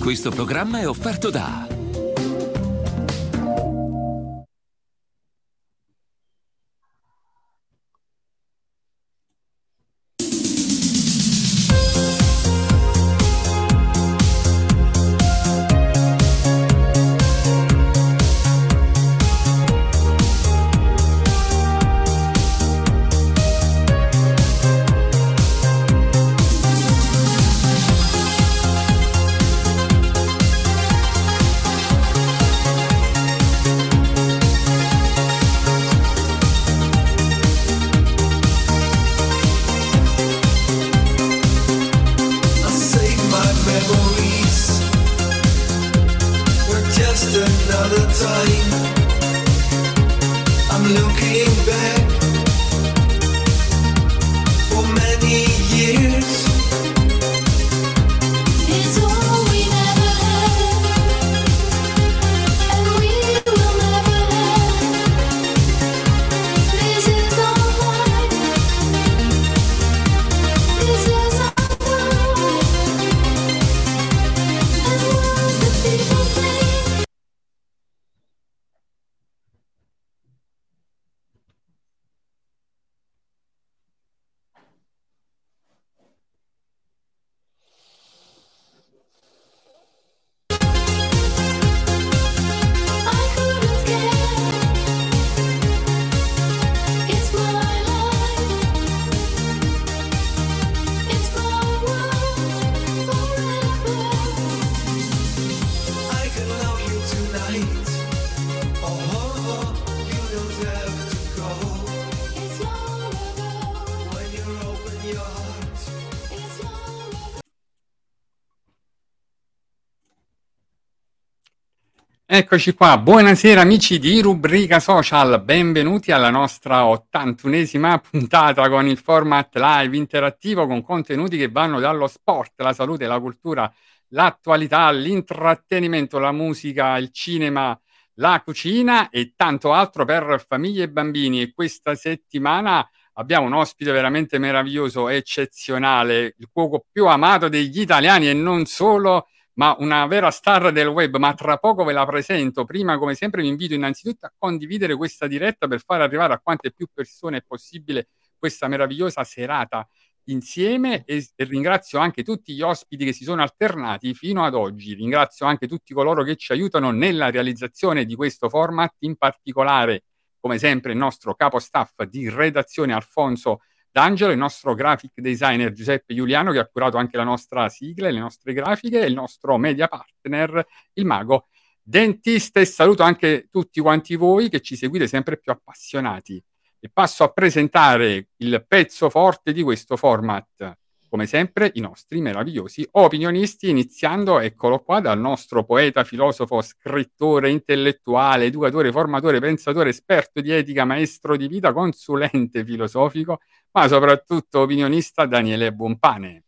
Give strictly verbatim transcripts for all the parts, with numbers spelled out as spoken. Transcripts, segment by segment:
Questo programma è offerto da Eccoci qua, buonasera amici di Rubrica Social, benvenuti alla nostra ottantunesima puntata con il format live interattivo con contenuti che vanno dallo sport, la salute, la cultura, l'attualità, l'intrattenimento, la musica, il cinema, la cucina e tanto altro per famiglie e bambini. E questa settimana abbiamo un ospite veramente meraviglioso, eccezionale, il cuoco più amato degli italiani e non solo, ma una vera star del web, ma tra poco ve la presento. Prima, come sempre, vi invito innanzitutto a condividere questa diretta per far arrivare a quante più persone è possibile questa meravigliosa serata insieme e, e ringrazio anche tutti gli ospiti che si sono alternati fino ad oggi. Ringrazio anche tutti coloro che ci aiutano nella realizzazione di questo format, in particolare, come sempre, il nostro capo staff di redazione Alfonso D'Angelo, il nostro graphic designer Giuseppe Giuliano, che ha curato anche la nostra sigla e le nostre grafiche, e il nostro media partner, il mago Dentista. E saluto anche tutti quanti voi che ci seguite sempre più appassionati. E passo a presentare il pezzo forte di questo format. Come sempre, i nostri meravigliosi opinionisti, iniziando, eccolo qua, dal nostro poeta, filosofo, scrittore, intellettuale, educatore, formatore, pensatore, esperto di etica, maestro di vita, consulente filosofico, ma soprattutto opinionista, Daniele Buonpane.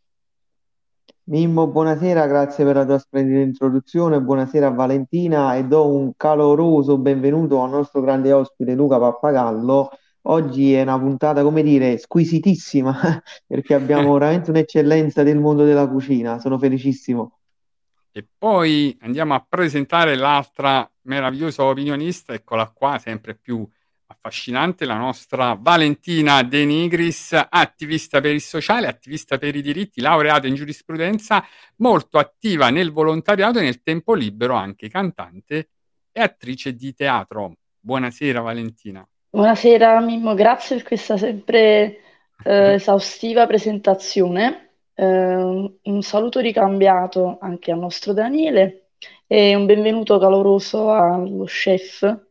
Mimmo, buonasera, grazie per la tua splendida introduzione, buonasera a Valentina e do un caloroso benvenuto al nostro grande ospite Luca Pappagallo. Oggi è una puntata, come dire, squisitissima perché abbiamo veramente un'eccellenza del mondo della cucina, sono felicissimo. E poi andiamo a presentare l'altra meravigliosa opinionista, eccola qua, sempre più affascinante, la nostra Valentina De Nigris, attivista per il sociale, attivista per i diritti, laureata in giurisprudenza, molto attiva nel volontariato e nel tempo libero, anche cantante e attrice di teatro. Buonasera Valentina. Buonasera Mimmo, grazie per questa sempre eh, esaustiva presentazione. Eh, un saluto ricambiato anche al nostro Daniele e un benvenuto caloroso allo chef eh,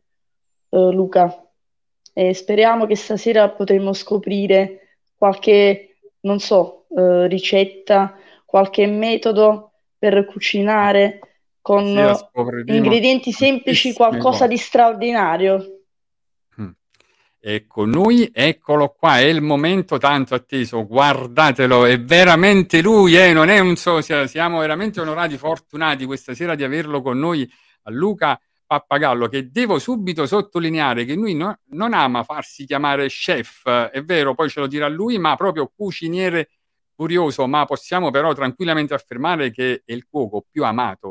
Luca. E speriamo che stasera potremo scoprire qualche, non so, eh, ricetta, qualche metodo per cucinare con ingredienti semplici, qualcosa di straordinario. Ecco, noi, eccolo qua, è il momento tanto atteso, guardatelo, è veramente lui, eh, non è un so, siamo veramente onorati, fortunati questa sera di averlo con noi, a Luca Pappagallo, che devo subito sottolineare che lui no, non ama farsi chiamare chef, è vero, poi ce lo dirà lui, ma proprio cuciniere curioso, ma possiamo però tranquillamente affermare che è il cuoco più amato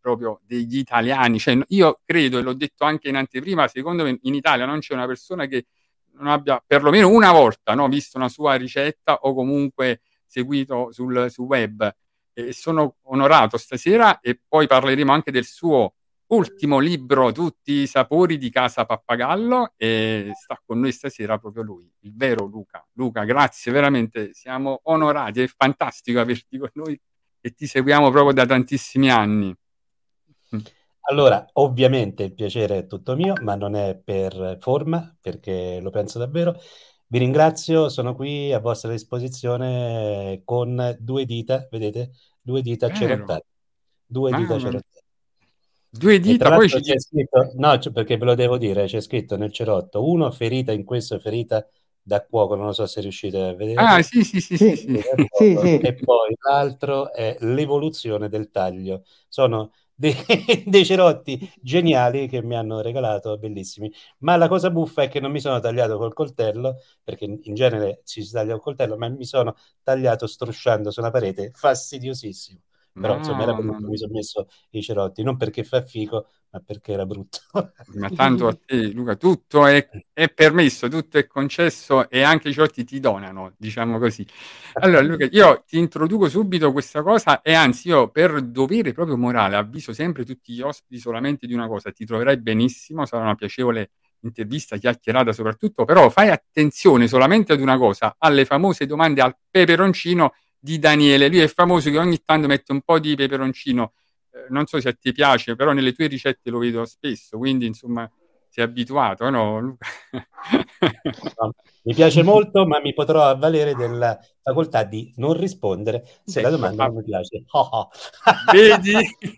proprio degli italiani. Cioè, io credo, e l'ho detto anche in anteprima, secondo me in Italia non c'è una persona che non abbia perlomeno una volta, no, visto una sua ricetta o comunque seguito sul, sul web. E sono onorato stasera, e poi parleremo anche del suo ultimo libro, Tutti i sapori di Casa Pappagallo, e sta con noi stasera proprio lui, il vero Luca. Luca, grazie, veramente, siamo onorati, è fantastico averti con noi e ti seguiamo proprio da tantissimi anni. Allora, ovviamente il piacere è tutto mio, ma non è per forma, perché lo penso davvero. Vi ringrazio, sono qui a vostra disposizione con due dita, vedete? Due dita Vero. cerottate. Due dita Mamma mia. cerottate. Due E tra dita, poi l'altro ci c'è scritto, no, c- perché ve lo devo dire, c'è scritto nel cerotto, uno ferita in questo, ferita da cuoco, non lo so se riuscite a vederlo. Ah, sì, sì, sì, sì, Sì, sì. Ferita da sì, cuoco. sì. E poi l'altro è l'evoluzione del taglio. Sono dei, dei cerotti geniali che mi hanno regalato, bellissimi. Ma la cosa buffa è che non mi sono tagliato col coltello, perché in in genere ci si taglia col coltello, ma mi sono tagliato strusciando su una parete, fastidiosissimo. Però insomma era Mamma brutto, mi mia. sono messo i cerotti, non perché fa figo, ma perché era brutto. Ma tanto a te, Luca, tutto è, è permesso, tutto è concesso, e anche i cerotti ti donano, diciamo così. Allora, Luca, io ti introduco subito questa cosa, e anzi io, per dovere proprio morale, avviso sempre tutti gli ospiti solamente di una cosa: ti troverai benissimo, sarà una piacevole intervista, chiacchierata soprattutto, però fai attenzione solamente ad una cosa: alle famose domande al peperoncino di Daniele. Lui è famoso che ogni tanto mette un po' di peperoncino. Eh, non so se a te piace, però nelle tue ricette lo vedo spesso, quindi insomma sei abituato, no, Luca? No, mi piace molto, ma mi potrò avvalere della facoltà di non rispondere se la Ecco, domanda ah, non mi piace. Oh, oh. vedi?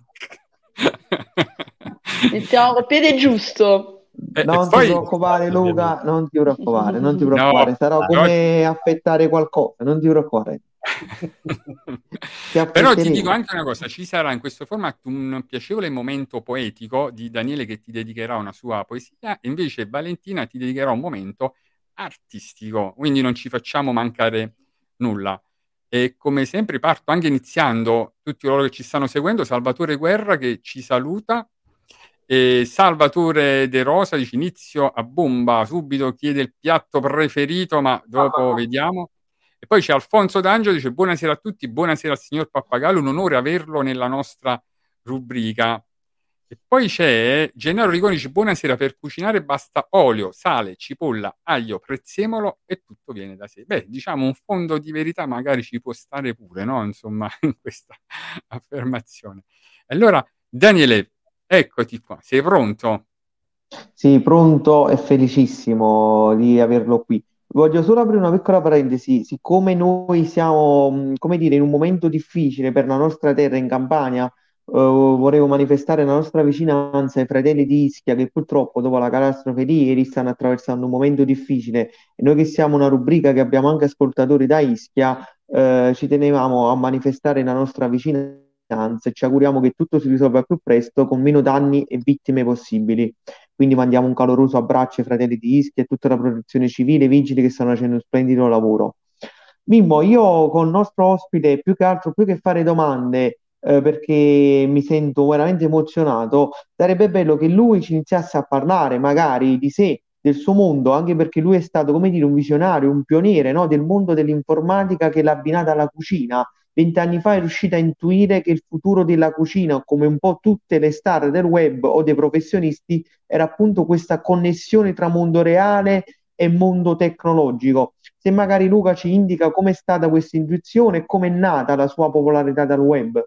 Iniziamo col piede giusto. E, e Non ti poi, preoccupare, Ovviamente. Luca, non ti preoccupare, non ti no, preoccupare. Sarò Ah. però come affettare qualcosa, non ti preoccupare. Ti Però ti dico affetteremo. anche una cosa: ci sarà in questo format un piacevole momento poetico di Daniele, che ti dedicherà una sua poesia, e invece Valentina ti dedicherà un momento artistico, quindi non ci facciamo mancare nulla. E come sempre parto anche iniziando tutti coloro che ci stanno seguendo: Salvatore Guerra che ci saluta, e Salvatore De Rosa dice: inizio a bomba, subito chiede il piatto preferito, ma dopo vediamo. E poi c'è Alfonso D'Angelo, dice: buonasera a tutti, buonasera al signor Pappagallo, un onore averlo nella nostra rubrica. E poi c'è Gennaro Rigoni, dice: buonasera, per cucinare basta olio, sale, cipolla, aglio, prezzemolo e tutto viene da sé. Beh, diciamo un fondo di verità magari ci può stare pure, no? Insomma, in questa affermazione. Allora, Daniele, eccoti qua, sei pronto? Sì, pronto e felicissimo di averlo qui. Voglio solo aprire una piccola parentesi. Siccome noi siamo, mh, come dire, in un momento difficile per la nostra terra in Campania, eh, volevo manifestare la nostra vicinanza ai fratelli di Ischia, che purtroppo dopo la catastrofe di ieri stanno attraversando un momento difficile. E noi che siamo una rubrica che abbiamo anche ascoltatori da Ischia, eh, ci tenevamo a manifestare la nostra vicinanza e ci auguriamo che tutto si risolva al più presto con meno danni e vittime possibili. Quindi mandiamo un caloroso abbraccio ai fratelli di Ischia e a tutta la protezione civile, i vigili che stanno facendo un splendido lavoro. Mimmo, io con il nostro ospite, più che altro, più che fare domande, eh, perché mi sento veramente emozionato, sarebbe bello che lui ci iniziasse a parlare magari di sé, del suo mondo, anche perché lui è stato, come dire, un visionario, un pioniere, no, del mondo dell'informatica che l'ha abbinata alla cucina. Vent'anni fa è riuscita a intuire che il futuro della cucina, come un po' tutte le star del web o dei professionisti, era appunto questa connessione tra mondo reale e mondo tecnologico. Se magari Luca ci indica com'è stata questa intuizione e com'è nata la sua popolarità dal web.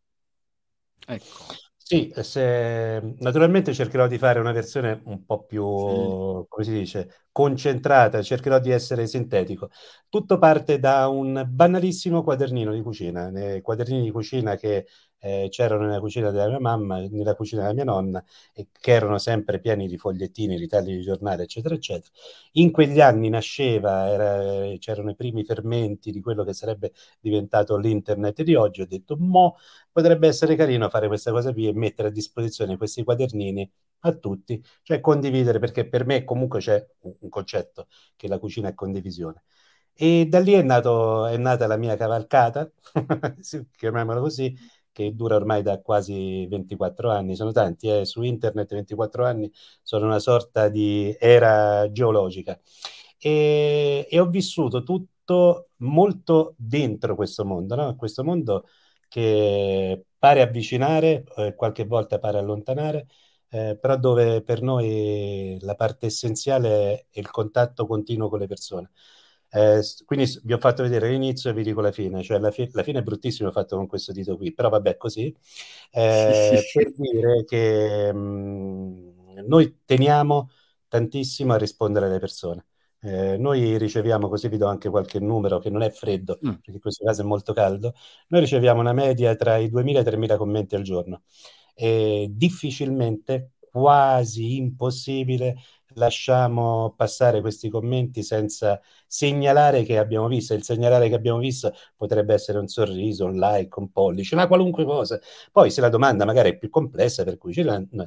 Ecco, Sì, se- naturalmente cercherò di fare una versione un po' più, sì. come si dice, concentrata, cercherò di essere sintetico. Tutto parte da un banalissimo quadernino di cucina, nei quadernini di cucina che eh, c'erano nella cucina della mia mamma, nella cucina della mia nonna, e che erano sempre pieni di fogliettini, ritagli di giornale, eccetera, eccetera. In quegli anni nasceva, era- c'erano i primi fermenti di quello che sarebbe diventato l'internet di oggi. Ho detto, mo potrebbe essere carino fare questa cosa qui e mettere a disposizione questi quadernini a tutti, cioè condividere, perché per me comunque c'è un, un concetto che la cucina è condivisione. E da lì è nato, è nata la mia cavalcata, sì, chiamiamola così, che dura ormai da quasi ventiquattro anni, sono tanti, eh? Su internet ventiquattro anni sono una sorta di era geologica. E, e ho vissuto tutto molto dentro questo mondo, no? Questo mondo che pare avvicinare, eh, qualche volta pare allontanare, eh, però dove per noi la parte essenziale è il contatto continuo con le persone. Eh, quindi vi ho fatto vedere l'inizio e vi dico la fine, cioè la, fi- la fine è bruttissima fatto con questo dito qui, però vabbè così, Sì, sì, eh, sì. per dire che mh, noi teniamo tantissimo a rispondere alle persone. Eh, noi riceviamo, così vi do anche qualche numero che non è freddo, Mm. perché in questo caso è molto caldo, noi riceviamo una media tra i duemila e i tremila commenti al giorno. E difficilmente, quasi impossibile, lasciamo passare questi commenti senza segnalare che abbiamo visto. Il segnalare che abbiamo visto potrebbe essere un sorriso, un like, un pollice, una qualunque cosa. Poi se la domanda magari è più complessa, per cui ci...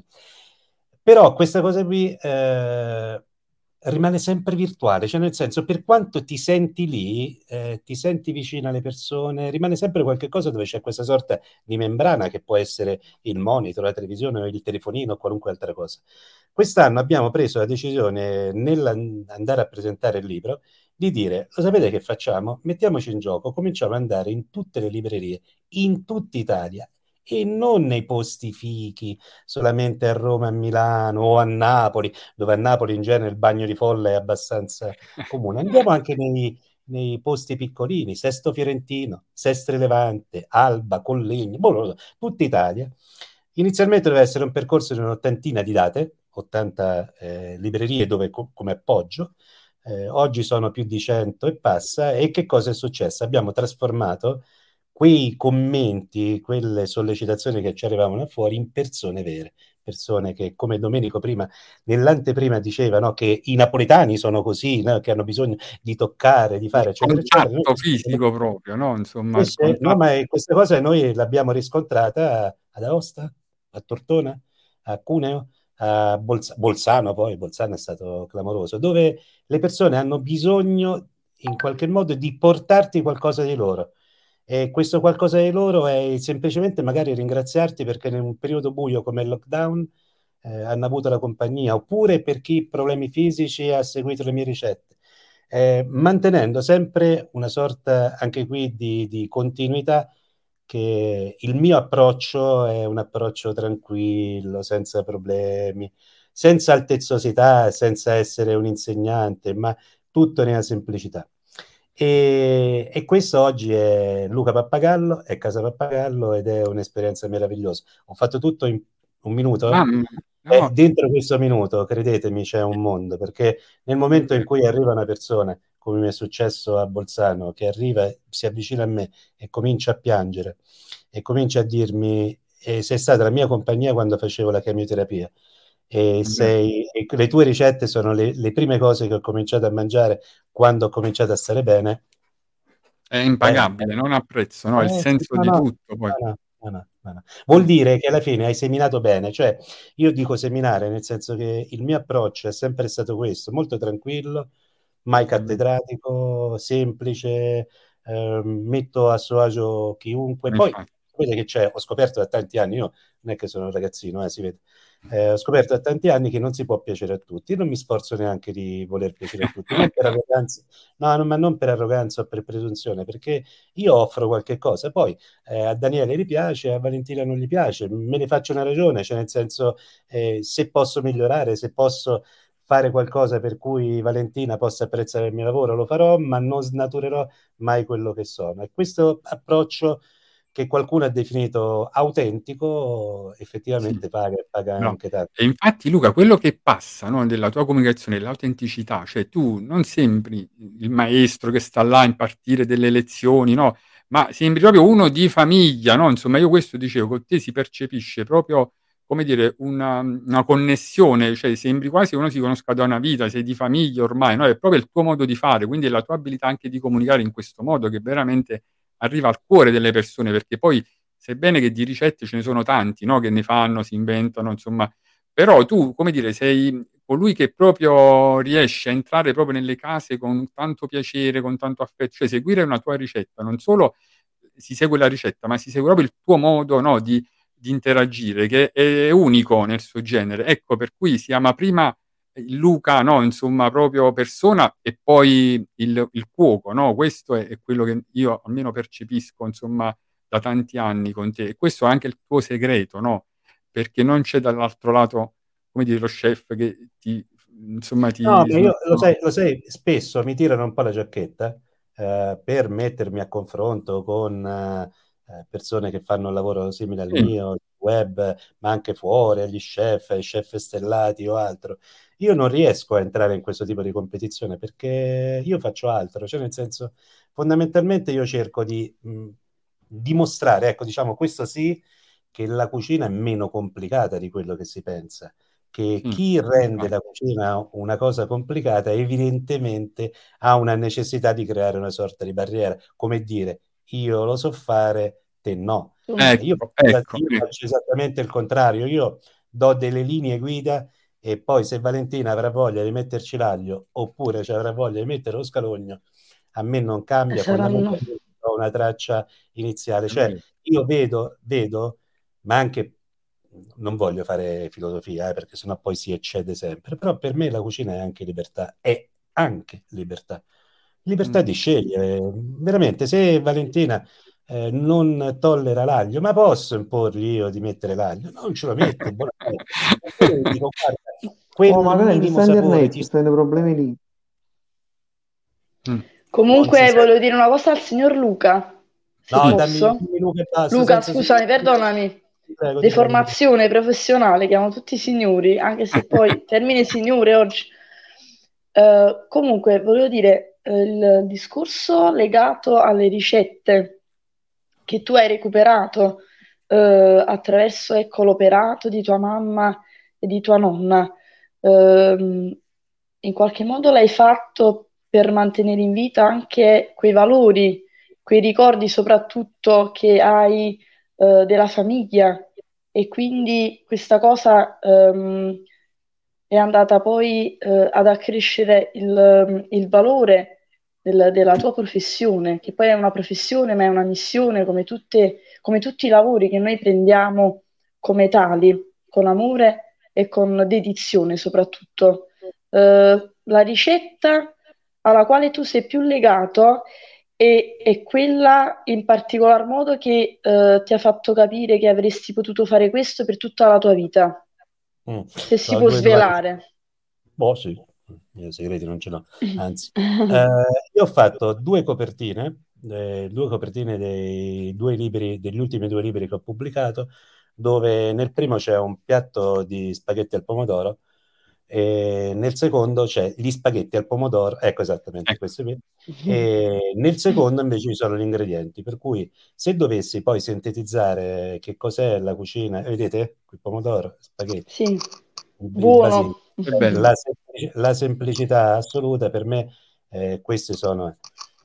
Però questa cosa qui eh, rimane sempre virtuale, cioè nel senso, per quanto ti senti lì, eh, ti senti vicino alle persone, rimane sempre qualche cosa dove c'è questa sorta di membrana che può essere il monitor, la televisione, o il telefonino o qualunque altra cosa. Quest'anno abbiamo preso la decisione, nell'andare a presentare il libro, di dire, lo sapete che facciamo? Mettiamoci in gioco, cominciamo ad andare in tutte le librerie, in tutta Italia, e non nei posti fichi, solamente a Roma, a Milano o a Napoli, dove a Napoli in genere il bagno di folla è abbastanza comune. Andiamo anche nei, nei posti piccolini, Sesto Fiorentino, Sestre Levante, Alba, Collegno, boh, tutta Italia. Inizialmente doveva essere un percorso di un'ottantina di date, ottanta eh, librerie dove, co- come appoggio. Eh, oggi sono più di cento e passa. E che cosa è successo? Abbiamo trasformato quei commenti, quelle sollecitazioni che ci arrivavano fuori in persone vere, persone che, come Domenico prima, nell'anteprima diceva, no, che i napoletani sono così, no, che hanno bisogno di toccare, di Il fare, eccetera, eccetera. Noi contatto fisico proprio, no? Insomma, sì, il sì, no, contatto. ma questa cosa noi l'abbiamo riscontrata ad Aosta, a Tortona, a Cuneo, a Bolz- Bolzano, poi Bolzano è stato clamoroso, dove le persone hanno bisogno in qualche modo di portarti qualcosa di loro. E questo qualcosa di loro è semplicemente magari ringraziarti perché in un periodo buio come il lockdown eh, hanno avuto la compagnia, oppure per chi ha problemi fisici ha seguito le mie ricette, eh, mantenendo sempre una sorta anche qui di, di continuità, che il mio approccio è un approccio tranquillo, senza problemi, senza altezzosità, senza essere un insegnante, ma tutto nella semplicità. E, e questo oggi è Luca Pappagallo, è Casa Pappagallo ed è un'esperienza meravigliosa. Ho fatto tutto in un minuto? Mamma, E no, dentro questo minuto, credetemi, c'è un mondo, perché nel è momento in vero. cui arriva una persona, come mi è successo a Bolzano, che arriva, si avvicina a me e comincia a piangere e comincia a dirmi, eh, sei stata la mia compagnia quando facevo la chemioterapia e, È vero. sei, e le tue ricette sono le, le prime cose che ho cominciato a mangiare quando ho cominciato a stare bene. È Eh, impagabile, non apprezzo, no? Il eh, sì, senso no, di no, tutto poi. no, no, no, no, no. Vuol Mm. dire che alla fine hai seminato bene, cioè io dico seminare nel senso che il mio approccio è sempre stato questo, molto tranquillo, mai È vero. cattedratico, semplice, eh, metto a suo agio chiunque. Poi, Infatti. sapete che c'è, ho scoperto da tanti anni, io non è che sono un ragazzino, eh, si vede. Eh, ho scoperto da tanti anni che non si può piacere a tutti. Io non mi sforzo neanche di voler piacere a tutti, non per arroganza, no, no, ma non per arroganza o per presunzione, perché io offro qualche cosa, poi eh, a Daniele gli piace, a Valentina non gli piace, me ne faccio una ragione, cioè nel senso, eh, se posso migliorare, se posso fare qualcosa per cui Valentina possa apprezzare il mio lavoro, lo farò, ma non snaturerò mai quello che sono. E questo approccio che qualcuno ha definito autentico, Sì. effettivamente paga, paga No. anche tanto. E infatti Luca, quello che passa, no, della tua comunicazione, l'autenticità, cioè tu non sembri il maestro che sta là a impartire delle lezioni, no, ma sembri proprio uno di famiglia, no, insomma io questo dicevo, con te si percepisce proprio, come dire, una una connessione, cioè sembri quasi uno si conosca da una vita, sei di famiglia ormai, no, è proprio il tuo modo di fare, quindi è la tua abilità anche di comunicare in questo modo che veramente arriva al cuore delle persone, perché poi sebbene che di ricette ce ne sono tanti, no, che ne fanno, si inventano, insomma, però tu, come dire, sei colui che proprio riesce a entrare proprio nelle case con tanto piacere, con tanto affetto, cioè seguire una tua ricetta, non solo si segue la ricetta, ma si segue proprio il tuo modo, no, di, di interagire, che è unico nel suo genere. Ecco, per cui si ama prima il Luca, no, insomma, proprio persona, e poi il, il cuoco, no? Questo è, è quello che io almeno percepisco, insomma, da tanti anni con te. E questo è anche il tuo segreto, no? Perché non c'è dall'altro lato, come dire, lo chef che ti, insomma, ti... No, ma io lo no. sai, lo sai, spesso mi tirano un po' la giacchetta eh, per mettermi a confronto con eh, eh, persone che fanno un lavoro simile al Sì, mio, web, ma anche fuori, agli chef, ai chef stellati o altro. Io non riesco a entrare in questo tipo di competizione perché io faccio altro, cioè nel senso, fondamentalmente io cerco di mh, dimostrare, ecco, diciamo, questo sì, che la cucina è meno complicata di quello che si pensa, che sì, chi rende infatti, la cucina una cosa complicata evidentemente ha una necessità di creare una sorta di barriera, come dire, io lo so fare, te no. Tu no. Io, ecco, ecco, io ecco. faccio esattamente il contrario, io do delle linee guida e poi se Valentina avrà voglia di metterci l'aglio oppure ci avrà voglia di mettere lo scalogno, a me non cambia, Saranno... fondamentalmente ho una traccia iniziale, È cioè vero. io vedo, vedo, ma anche non voglio fare filosofia, eh, perché sennò poi si eccede sempre, però per me la cucina è anche libertà, è anche libertà. Libertà Mm. di scegliere, veramente, se Valentina eh, non tollera l'aglio, ma posso imporgli io di mettere l'aglio? Non ce lo metto, buonanotte. Oppure gli dico, guarda, Oh, quel ma veramente minimo sta sapore internet, ti... stanno problemi lì. Mm. Non si Comunque sente. volevo dire una cosa al signor Luca, se No, Sì, dammi, posso. dimmi Luca e basta, Luca, senza scusami, signori. perdonami. Ti prego, ti prego, ti prego. Deformazione professionale, chiamo tutti signori, anche se poi termine signore oggi. Eh, comunque, volevo dire, eh, il discorso legato alle ricette che tu hai recuperato eh, attraverso, ecco, l'operato di tua mamma e di tua nonna, ehm, in qualche modo l'hai fatto per mantenere in vita anche quei valori, quei ricordi soprattutto che hai eh, della famiglia, e quindi questa cosa ehm, è andata poi eh, ad accrescere il, il valore del- della tua professione, che poi è una professione, ma è una missione come tutte- come tutti i lavori che noi prendiamo come tali, con amore e con dedizione soprattutto. Eh, la ricetta alla quale tu sei più legato è, è quella in particolar modo che eh, ti ha fatto capire che avresti potuto fare questo per tutta la tua vita, Mm. se si Sono può due domande. svelare. Boh, sì, io segreti non ce l'ho, anzi. Eh, io ho fatto due copertine, eh, due copertine dei due libri, degli ultimi due libri che ho pubblicato, dove nel primo c'è un piatto di spaghetti al pomodoro e nel secondo c'è gli spaghetti al pomodoro, ecco esattamente ecco. questo qui, e nel secondo invece ci sono gli ingredienti, per cui se dovessi poi sintetizzare che cos'è la cucina, vedete, il pomodoro, spaghetti, Sì, il, il basilico, buono. È bello. la, semplici- la semplicità assoluta per me, eh, queste sono.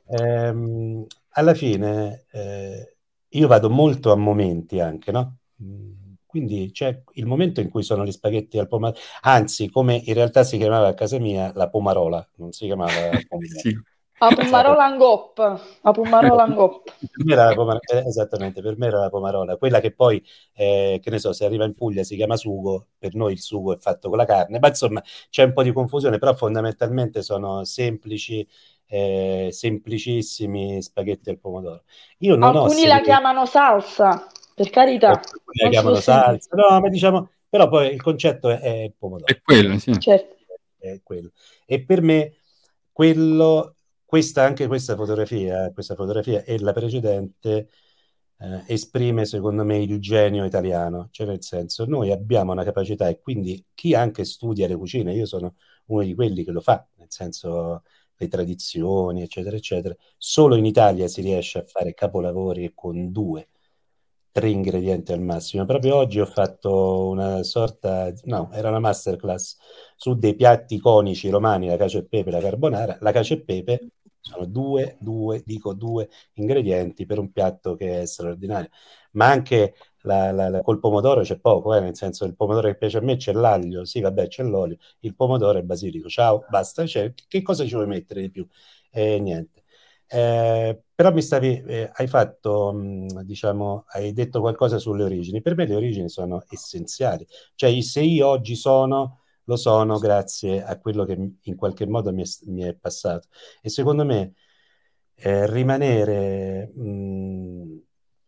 Ehm, alla fine eh, io vado molto a momenti anche, no? Mm, Quindi c'è il momento in cui sono gli spaghetti al pomodoro, anzi, come in realtà si chiamava a casa mia la pomarola, non si chiamava pomodoro. Sì. A Si chiamava Pumarola Angop, a Pumarola Angop. per me era la pomar- eh, esattamente, per me era la pomarola, quella che poi, eh, che ne so, se arriva in Puglia si chiama sugo, per noi il sugo è fatto con la carne, ma insomma c'è un po' di confusione, però fondamentalmente sono semplici, eh, semplicissimi spaghetti al pomodoro. Io non ho Alcuni la segreti, chiamano salsa, per o carità, alcuni la non solo chiamano semplice. salsa, no, ma diciamo, però poi il concetto è, è il È pomodoro, quello, sì. Certo. è quello. E per me quello, questa, anche questa fotografia, questa fotografia e la precedente eh, esprime secondo me il genio italiano, cioè nel senso noi abbiamo una capacità e quindi chi anche studia le cucine, io sono uno di quelli che lo fa, nel senso le tradizioni, eccetera, eccetera, solo in Italia si riesce a fare capolavori con due, tre ingredienti al massimo. Proprio oggi ho fatto una sorta, no, era una masterclass su dei piatti iconici romani, la cacio e pepe e la carbonara. La cacio e pepe sono due, due, dico due ingredienti per un piatto che è straordinario, ma anche la, la, la, col pomodoro c'è poco, eh, nel senso il pomodoro che piace a me c'è l'aglio, sì vabbè c'è l'olio, il pomodoro e il basilico, ciao, basta, cioè, che cosa ci vuoi mettere di più? Eh, niente. Eh, però mi stavi, eh, hai fatto, mh, diciamo, hai detto qualcosa sulle origini. Per me le origini sono essenziali. Cioè, se io oggi sono, lo sono grazie a quello che m- in qualche modo mi è, mi è passato. E secondo me, eh, rimanere, mh,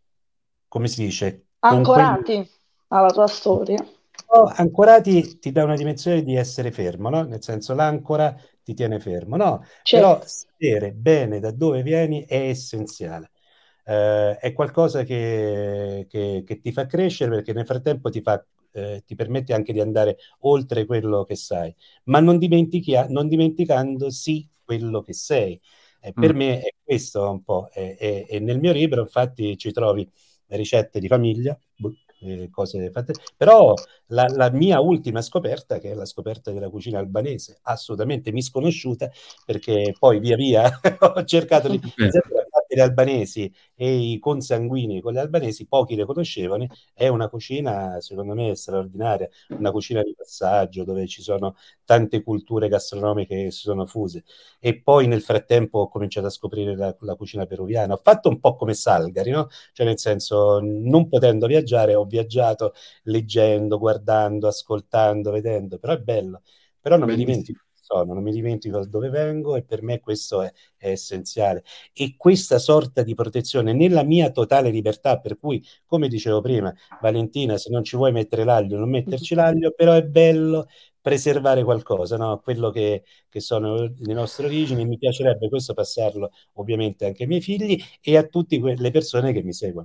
come si dice, con quello Ancorati alla tua storia. Oh, ancorati ti dà una dimensione di essere fermo, no? Nel senso l'ancora ti tiene fermo, no? Però Certo. sapere bene da dove vieni è essenziale. Eh, è qualcosa che, che- che ti fa crescere perché nel frattempo ti fa, eh, ti permette anche di andare oltre quello che sai, ma non dimentichi, non dimenticandosi quello che sei. Eh, per Mm. me è questo un po'. E, e- e nel mio libro, infatti, ci trovi ricette di famiglia, boh, eh, cose fatte, però la, la mia ultima scoperta, che è la scoperta della cucina albanese, assolutamente misconosciuta, perché poi via via ho cercato di, per Beh, esempio, la parte degli albanesi e i consanguini con gli albanesi, pochi le conoscevano, è una cucina, secondo me, straordinaria, una cucina di passaggio dove ci sono tante culture gastronomiche che si sono fuse. E poi nel frattempo ho cominciato a scoprire la, la cucina peruviana. Ho fatto un po' come Salgari, no? Cioè nel senso, non potendo viaggiare, ho viaggiato leggendo, guardando, ascoltando, vedendo, però è bello. Però non mi bellissimo. dimentico chi sono, non mi dimentico da dove vengo e per me questo è, è essenziale. E questa sorta di protezione nella mia totale libertà, per cui, come dicevo prima, Valentina, se non ci vuoi mettere l'aglio, non metterci l'aglio, però è bello preservare qualcosa, no? Quello che, che sono le nostre origini, e mi piacerebbe questo passarlo ovviamente anche ai miei figli e a tutte le persone che mi seguono.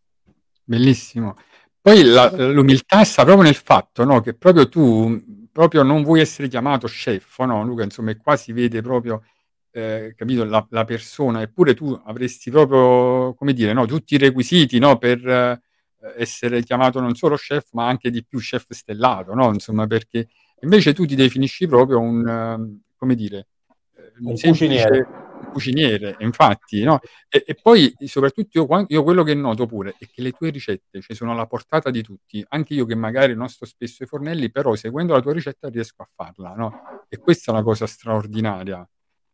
Bellissimo. Poi la l'umiltà sta proprio nel fatto, no, che proprio tu, mhmm, proprio non vuoi essere chiamato chef, no, Luca, insomma, e qua si vede proprio, ehm, capito, la la persona, eppure tu avresti proprio, come dire, no, tutti i requisiti, no, per, ehm, essere chiamato non solo chef, ma anche di più chef stellato, no, insomma, perché invece tu ti definisci proprio un, ehm, come dire, ehm, un Un cuciniere. semplice un cuciniere, e infatti, no, e e poi soprattutto io quan io quello che noto pure è che le tue ricette, cioè, sono alla portata di tutti. Anche io che magari non sto spesso ai fornelli, però seguendo la tua ricetta riesco a farla, no, e questa è una cosa straordinaria.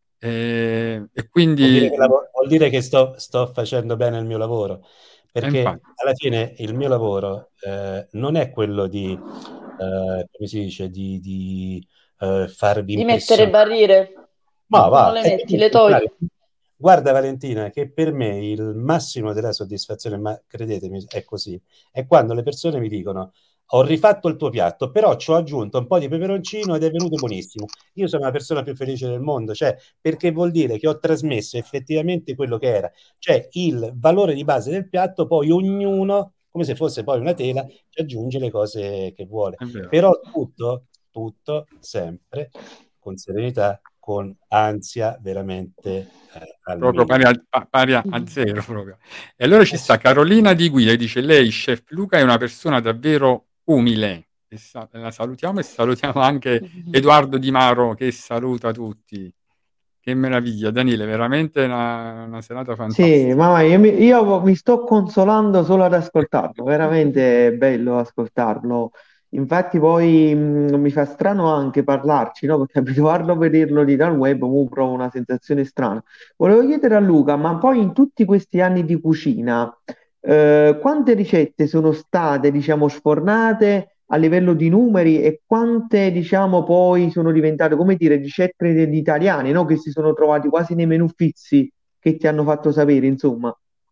Ehm, e Vuol dire quindi che, mhmm, lavo- vuol dire che sto, sto facendo bene il mio lavoro, e perché infatti, alla fine il mio lavoro eh, non è quello di, eh, come si dice, di, di, eh, farvi Di mettere impressionare. barriere. Ma Tu non va, le è metti, tutto il le togli. contrario. Guarda Valentina, che per me il massimo della soddisfazione, ma credetemi, è così, è quando le persone mi dicono ho rifatto il tuo piatto, però ci ho aggiunto un po' di peperoncino ed è venuto buonissimo. Io sono la persona più felice del mondo, cioè perché vuol dire che ho trasmesso effettivamente quello che era, cioè il valore di base del piatto, poi ognuno, come se fosse poi una tela, ci aggiunge le cose che vuole. è vero. Però tutto, tutto sempre con serenità, con ansia veramente eh, al Proprio pari minimo. a pa pari a a zero proprio. E allora ci sta Carolina Di Guida, dice: "Lei, chef Luca, è una persona davvero umile." E sa la salutiamo, e salutiamo anche Edoardo Di Maro che saluta tutti. Che meraviglia. Daniele, veramente una una serata Sì, fantastica. ma io mi, io mi sto consolando solo ad ascoltarlo, veramente è bello ascoltarlo. Infatti poi mh, mi fa strano anche parlarci, no? Perché abituarlo a vederlo lì dal web, mo provo una sensazione strana. Volevo chiedere a Luca, ma poi in tutti questi anni di cucina, eh, quante ricette sono state, diciamo, sfornate a livello di numeri e quante, diciamo, poi sono diventate, come dire, ricette degli italiani, no? Che si sono trovati quasi nei menù fissi che ti hanno fatto sapere, insomma.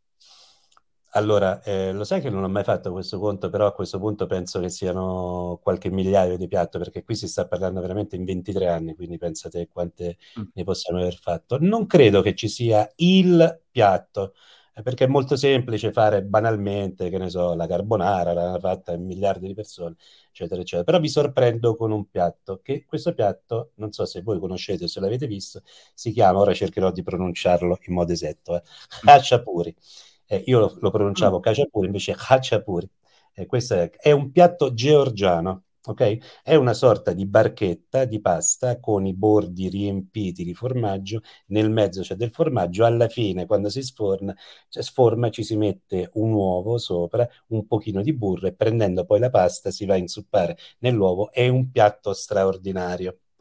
Allora, eh, lo sai che non ho mai fatto questo conto, però a questo punto penso che siano qualche migliaio di piatto, perché qui si sta parlando veramente in ventitré anni, quindi pensate quante Mh, ne possiamo aver fatto. Non credo che ci sia il piatto, eh, perché è molto semplice fare banalmente, che ne so, la carbonara, l'hanno fatta in miliardi di persone, eccetera, eccetera. Però vi sorprendo con un piatto, che questo piatto, non so se voi conoscete o se l'avete visto, si chiama, ora cercherò di pronunciarlo in modo esatto, eh, mh, Khachapuri. Eh, io lo, lo mh. pronunciavo Khachapuri, invece è Khachapuri. Eh, questo è, è un piatto georgiano, ok? È una sorta di barchetta di pasta con i bordi riempiti di formaggio, nel mezzo c'è del formaggio, alla fine quando si sforna, cioè sforma ci si mette un uovo sopra, un pochino di burro e prendendo poi la pasta si va a inzuppare nell'uovo. È un piatto straordinario.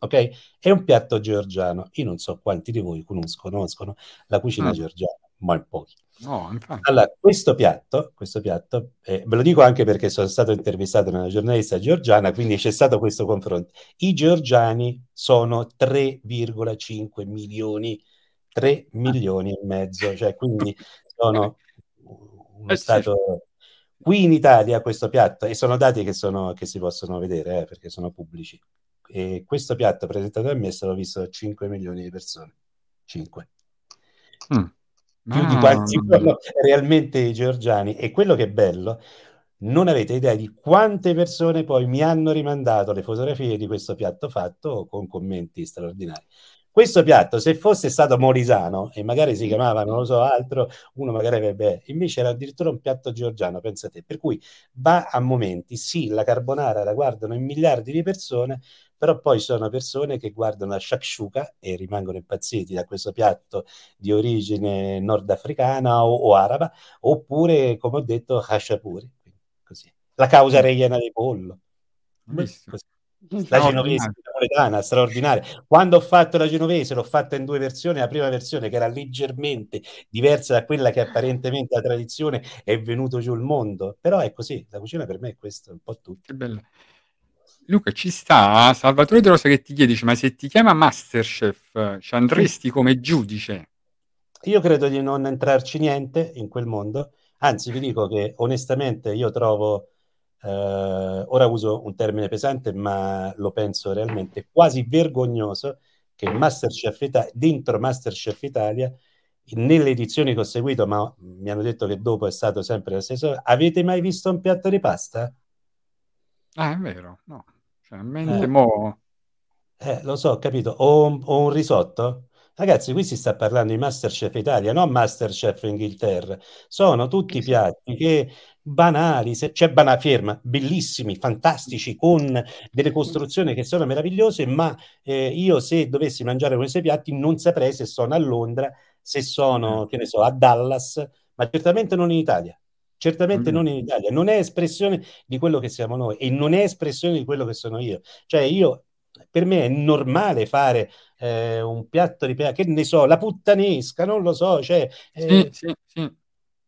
ok? È un piatto georgiano. Io non so quanti di voi conoscono, conoscono la cucina Mm. georgiana, ma in pochi. No, infatti. Allora, questo piatto, questo piatto eh, ve lo dico anche perché sono stato intervistato da una giornalista georgiana, quindi c'è stato questo confronto. I georgiani sono tre virgola cinque milioni, tre milioni e mezzo, cioè quindi sono uno Eh, sì. stato... Qui in Italia questo piatto, e sono dati che, sono, che si possono vedere eh, perché sono pubblici, e questo piatto presentato a me è stato visto da cinque milioni di persone. cinque. Mm. Più di Ah, quanti sono realmente i georgiani. E quello che è bello, non avete idea di quante persone poi mi hanno rimandato le fotografie di questo piatto fatto con commenti straordinari. Questo piatto, se fosse stato molisano e magari si chiamava, non lo so, altro, uno magari avrebbe... Invece era addirittura un piatto georgiano, pensa te. Per cui va a momenti, sì, la carbonara la guardano in miliardi di persone, però poi sono persone che guardano la shakshuka e rimangono impazziti da questo piatto di origine nordafricana o, o araba, oppure, come ho detto, hashapuri. Così. La causa reiana di pollo. visto. Così. La genovese napoletana, straordinaria. Quando ho fatto la genovese l'ho fatta in due versioni, la prima versione che era leggermente diversa da quella che apparentemente la tradizione è venuto giù il mondo, però è così, la cucina per me è questo, un po' tutto. Che bella. Luca, ci sta Salvatore De Rosa che ti chiede, dice, ma se ti chiama Masterchef, ci andresti come giudice? Io credo di non entrarci niente in quel mondo, anzi vi dico che onestamente io trovo, eh, ora uso un termine pesante, ma lo penso realmente, quasi vergognoso che Masterchef Ita- dentro Masterchef Italia, nelle edizioni che ho seguito, ma mi hanno detto che dopo è stato sempre lo stesso, avete mai visto un piatto di pasta? Ah, è vero, no. Cioè, a mente Eh, mo... Eh, lo so, ho capito. O un, o un risotto? Ragazzi, qui si sta parlando di Masterchef Italia, non Masterchef Inghilterra. Sono tutti piatti che banali, se, cioè bana ferma, bellissimi, fantastici, con delle costruzioni che sono meravigliose, ma eh, io se dovessi mangiare questi piatti non saprei se sono a Londra, se sono, che ne so, a Dallas, ma certamente non in Italia. Certamente non in Italia. Non è espressione di quello che siamo noi e non è espressione di quello che sono io. Cioè io per me è normale fare eh, un piatto di che ne so, la puttanesca, non lo so, cioè, eh, Sì, sì, sì.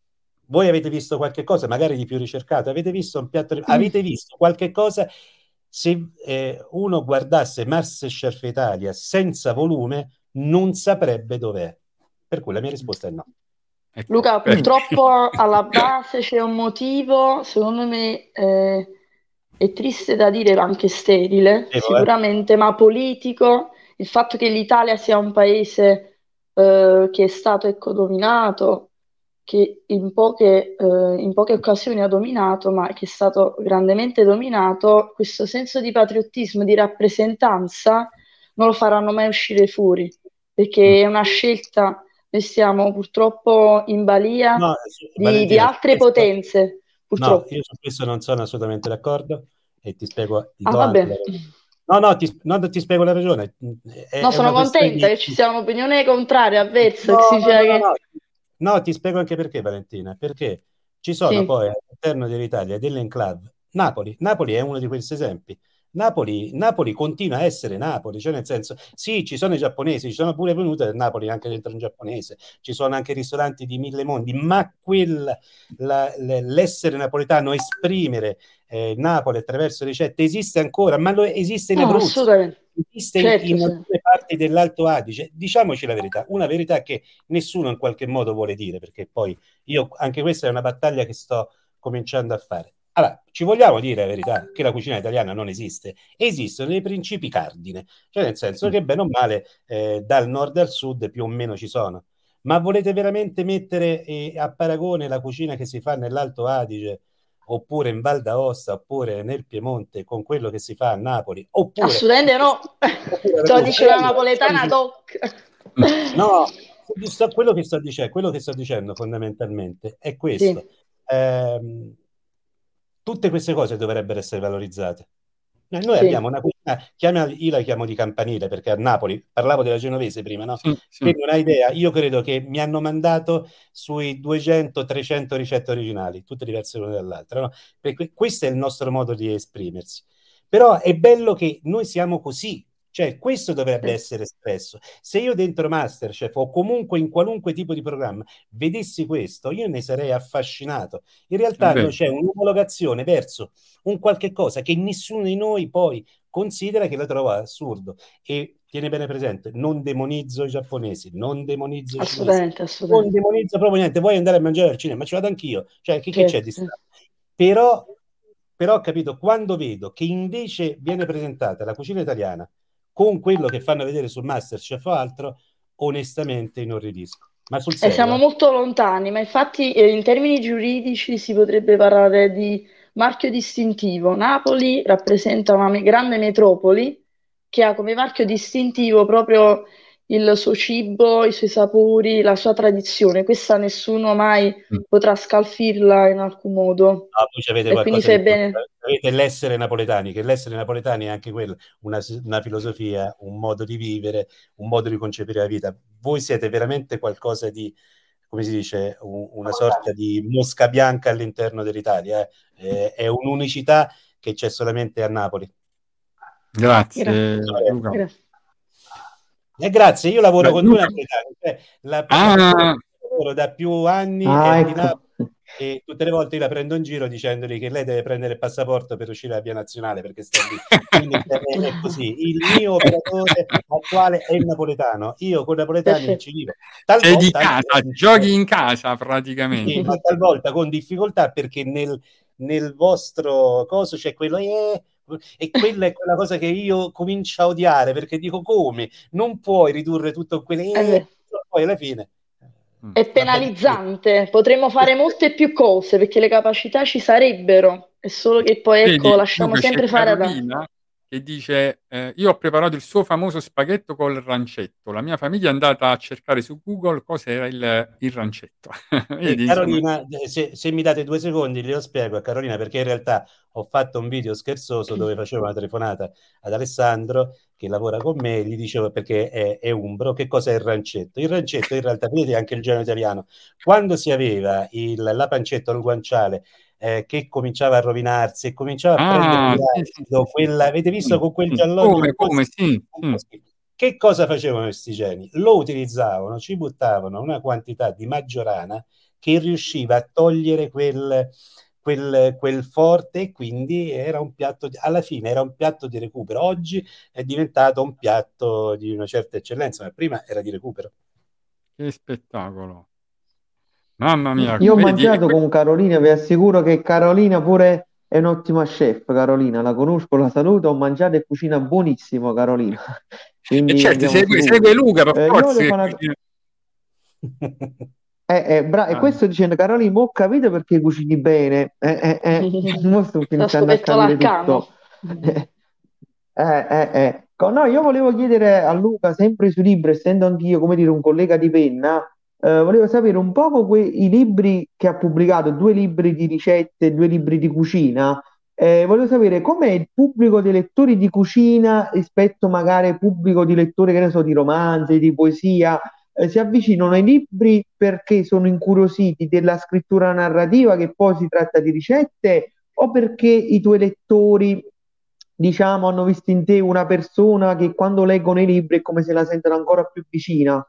voi avete visto qualche cosa, magari di più ricercato, avete visto un piatto di... avete visto qualche cosa, se eh, uno guardasse Masterchef Italia senza volume non saprebbe dov'è, per cui la mia risposta è no. Ecco, Luca, perché? purtroppo alla base c'è un motivo, secondo me eh, è triste da dire, ma anche sterile, Vero, eh? sicuramente, ma politico. Il fatto che l'Italia sia un paese eh, che è stato ecco, dominato, che in poche, eh, in poche occasioni ha dominato, ma che è stato grandemente dominato, questo senso di patriottismo, di rappresentanza, non lo faranno mai uscire fuori, perché è una scelta. Noi stiamo purtroppo in balia No, di, di Valentina, su altre questo, potenze, no, purtroppo. io su questo non sono assolutamente d'accordo e ti spiego, ti Ah, do anche la vabbè. ragione. No, no, ti, no, ti spiego la ragione. È, No, è sono una questione contenta di... che ci sia un'opinione contraria, avversa, che si No, no, dice no, no, che... no. No, ti spiego anche perché, Valentina. Perché ci sono Sì, poi all'interno dell'Italia delle enclave. Napoli, Napoli è uno di questi esempi. Napoli, Napoli continua a essere Napoli, cioè nel senso, sì, ci sono i giapponesi, ci sono pure venute da Napoli anche dentro un giapponese, ci sono anche ristoranti di mille mondi, ma quel, la, l'essere napoletano, esprimere eh, Napoli attraverso ricette esiste ancora, ma lo, esiste in no, Abruzzo, assolutamente. esiste in, Certo, in sì. alcune parti dell'Alto Adige. Diciamoci la verità, una verità che nessuno in qualche modo vuole dire, perché poi io, anche questa è una battaglia che sto cominciando a fare. Allora, ci vogliamo dire la verità che la cucina italiana non esiste? Esistono dei principi cardine, cioè nel senso che bene o male eh, dal nord al sud più o meno ci sono. Ma volete veramente mettere eh, a paragone la cucina che si fa nell'Alto Adige, oppure in Val d'Aosta, oppure nel Piemonte, con quello che si fa a Napoli, oppure... Assolutamente no. oppure Te lo dice la allora, napoletana doc. no, sto- quello che sto dicendo, quello che sto dicendo fondamentalmente è Sì, questo. Ehm, tutte queste cose dovrebbero essere valorizzate. Eh, Noi sì. abbiamo una cucina, chiama- io la chiamo di campanile perché a Napoli, parlavo della genovese prima, no? Sì, sì. Che non hai idea, io credo che mi hanno mandato sui duecento trecento ricette originali, tutte diverse l'una dall'altra, no? Perché questo è il nostro modo di esprimersi. Però è bello che noi siamo così, Cioè, questo dovrebbe Sì. essere espresso. Se io dentro MasterChef o comunque in qualunque tipo di programma vedessi questo, io ne sarei affascinato. In realtà no, c'è un'omologazione verso un qualche cosa che nessuno di noi poi considera, che lo trova assurdo. E tieni bene presente, non demonizzo i giapponesi, non demonizzo i cinesi, Assolutamente, non assolutamente. demonizzo proprio niente. Vuoi andare a mangiare al cinema? Ma ci vado anch'io. Cioè, che, che c'è di Certo. strano? Però, però, capito, quando vedo che invece viene presentata la cucina italiana con quello che fanno vedere su MasterChef o altro, onestamente inorridisco. Ma sul E serio, siamo eh? molto lontani, ma infatti eh, in termini giuridici si potrebbe parlare di marchio distintivo. Napoli rappresenta una me- grande metropoli che ha come marchio distintivo proprio il suo cibo, i suoi sapori, la sua tradizione. Questa nessuno mai Mm. potrà scalfirla in alcun modo. No, voi ci avete E quindi qualcosa di fai più. bene. Avete l'essere napoletani, che l'essere napoletani è anche quello, una, una filosofia, un modo di vivere, un modo di concepire la vita. Voi siete veramente qualcosa di, come si dice, un- una sorta di mosca bianca all'interno dell'Italia. eh. Eh, è un'unicità che c'è solamente a Napoli. Grazie, Grazie. Luca. Grazie. E grazie, io lavoro Beh, con due Luca- napoletani, cioè la, la persona Ah, che lavoro da più anni Ah, è di ecco. Napoli e tutte le volte io la prendo in giro dicendogli che lei deve prendere il passaporto per uscire dalla via nazionale perché sta lì. Quindi è, è così. Il mio operatore attuale è il napoletano. Io con i napoletani ci Perfetto. vivo. sei di Talvolta, casa, anche- giochi in casa sì, praticamente. ma talvolta con difficoltà perché nel, nel vostro coso c'è quello eh, e quella è quella cosa che io comincio a odiare perché dico come non puoi ridurre tutto a quelle Eh eh, beh. poi alla fine Mm. È vabbè, penalizzante, potremmo fare molte più cose perché le capacità ci sarebbero, è solo che poi ecco, Vedi, lasciamo Luca, c'è sempre fare ad altri. Carolina che dice: eh, Io ho preparato il suo famoso spaghetto col rancetto. La mia famiglia è andata a cercare su Google cos'era il, il rancetto. sì, Vedi, insomma. Carolina, eh, se, se mi date due secondi, glielo spiego a Carolina perché in realtà ho fatto un video scherzoso dove facevo una telefonata ad Alessandro che lavora con me e gli dicevo perché è, è umbro, che cosa è il rancetto? Il rancetto in realtà, vedete anche il genere italiano, quando si aveva il, la pancetta o il guanciale eh, che cominciava a rovinarsi e cominciava a prendere Ah, un sì, sì, acido, sì, sì. quella, avete visto Sì, con quel sì. giallognio Come, un po' come, schifo, sì, un po' sì. schifo. Che cosa facevano questi geni? Lo utilizzavano, ci buttavano una quantità di maggiorana che riusciva a togliere quel, quel, quel forte e quindi era un piatto, di, alla fine era un piatto di recupero. Oggi è diventato un piatto di una certa eccellenza, ma prima era di recupero. Che spettacolo. Mamma mia, Io ho vedi? E mangiato que- con Carolina, vi assicuro che Carolina pure è un'ottima chef. Carolina, la conosco, la saluto, ho mangiato e cucina buonissimo Carolina, e quindi certo, andiamo segue, sicuri. segue Luca per Eh, io forza. voglio che fare una... cucina- Eh, eh, bra- e Ah, questo dicendo, Carolina, mo ho capito perché cucini bene. Eh, eh, eh. Mo sto L'ho iniziando a scoperto capire tutto. l'arcano. Eh, eh, eh. Co- No, io volevo chiedere a Luca, sempre sui libri, essendo anch'io, come dire, un collega di penna, eh, volevo sapere un poco que- i libri che ha pubblicato, due libri di ricette, due libri di cucina. Eh, volevo sapere com'è il pubblico dei lettori di cucina rispetto magari al pubblico di lettori, che ne so, di romanzi, di poesia. Eh, si avvicinano ai libri perché sono incuriositi della scrittura narrativa, che poi si tratta di ricette, o perché i tuoi lettori, diciamo, hanno visto in te una persona che quando leggono i libri è come se la sentono ancora più vicina?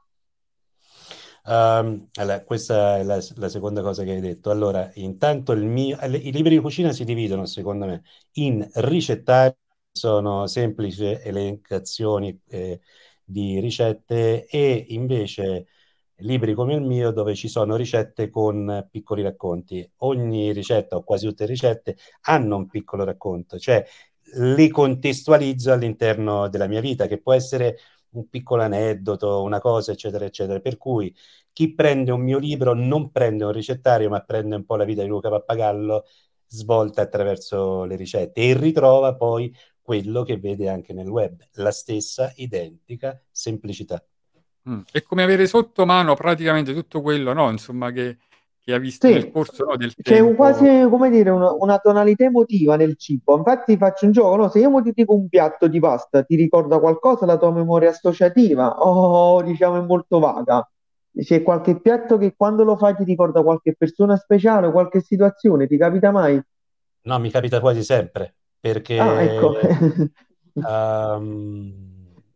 Um, allora, questa è la, la seconda cosa che hai detto. Allora, intanto il mio, eh, i libri di cucina si dividono, secondo me, in ricettari, sono semplici elencazioni eh, di ricette, e invece libri come il mio dove ci sono ricette con piccoli racconti. Ogni ricetta o quasi tutte le ricette hanno un piccolo racconto, cioè li contestualizzo all'interno della mia vita, che può essere un piccolo aneddoto, una cosa, eccetera, eccetera. Per cui chi prende un mio libro non prende un ricettario, ma prende un po' la vita di Luca Pappagallo svolta attraverso le ricette e ritrova poi quello che vede anche nel web, la stessa identica semplicità. mm. È come avere sotto mano praticamente tutto quello, no? Insomma, che, che ha visto nel Sì, corso, no, del c'è un quasi, tempo. come dire, una, una tonalità emotiva nel cibo. Infatti faccio un gioco, no? Se io mo ti dico un piatto di pasta, ti ricorda qualcosa la tua memoria associativa? O diciamo è molto vaga? C'è qualche piatto che quando lo fai ti ricorda qualche persona speciale, qualche situazione? Ti capita mai? No, mi capita quasi sempre, Ah, ecco. perché um,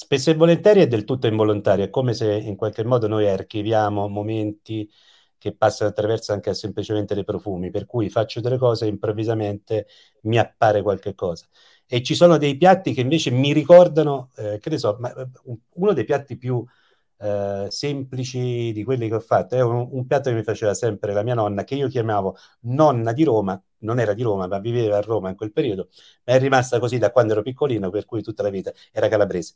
Spesso e volentieri è del tutto involontario, è come se in qualche modo noi archiviamo momenti che passano attraverso anche semplicemente dei profumi, per cui faccio delle cose e improvvisamente mi appare qualche cosa. E ci sono dei piatti che invece mi ricordano, eh, che ne so, ma, uno dei piatti più eh, semplici di quelli che ho fatto è un, un piatto che mi faceva sempre la mia nonna, che io chiamavo nonna di Roma, non era di Roma, ma viveva a Roma in quel periodo, ma è rimasta così da quando ero piccolino, per cui tutta la vita era calabrese.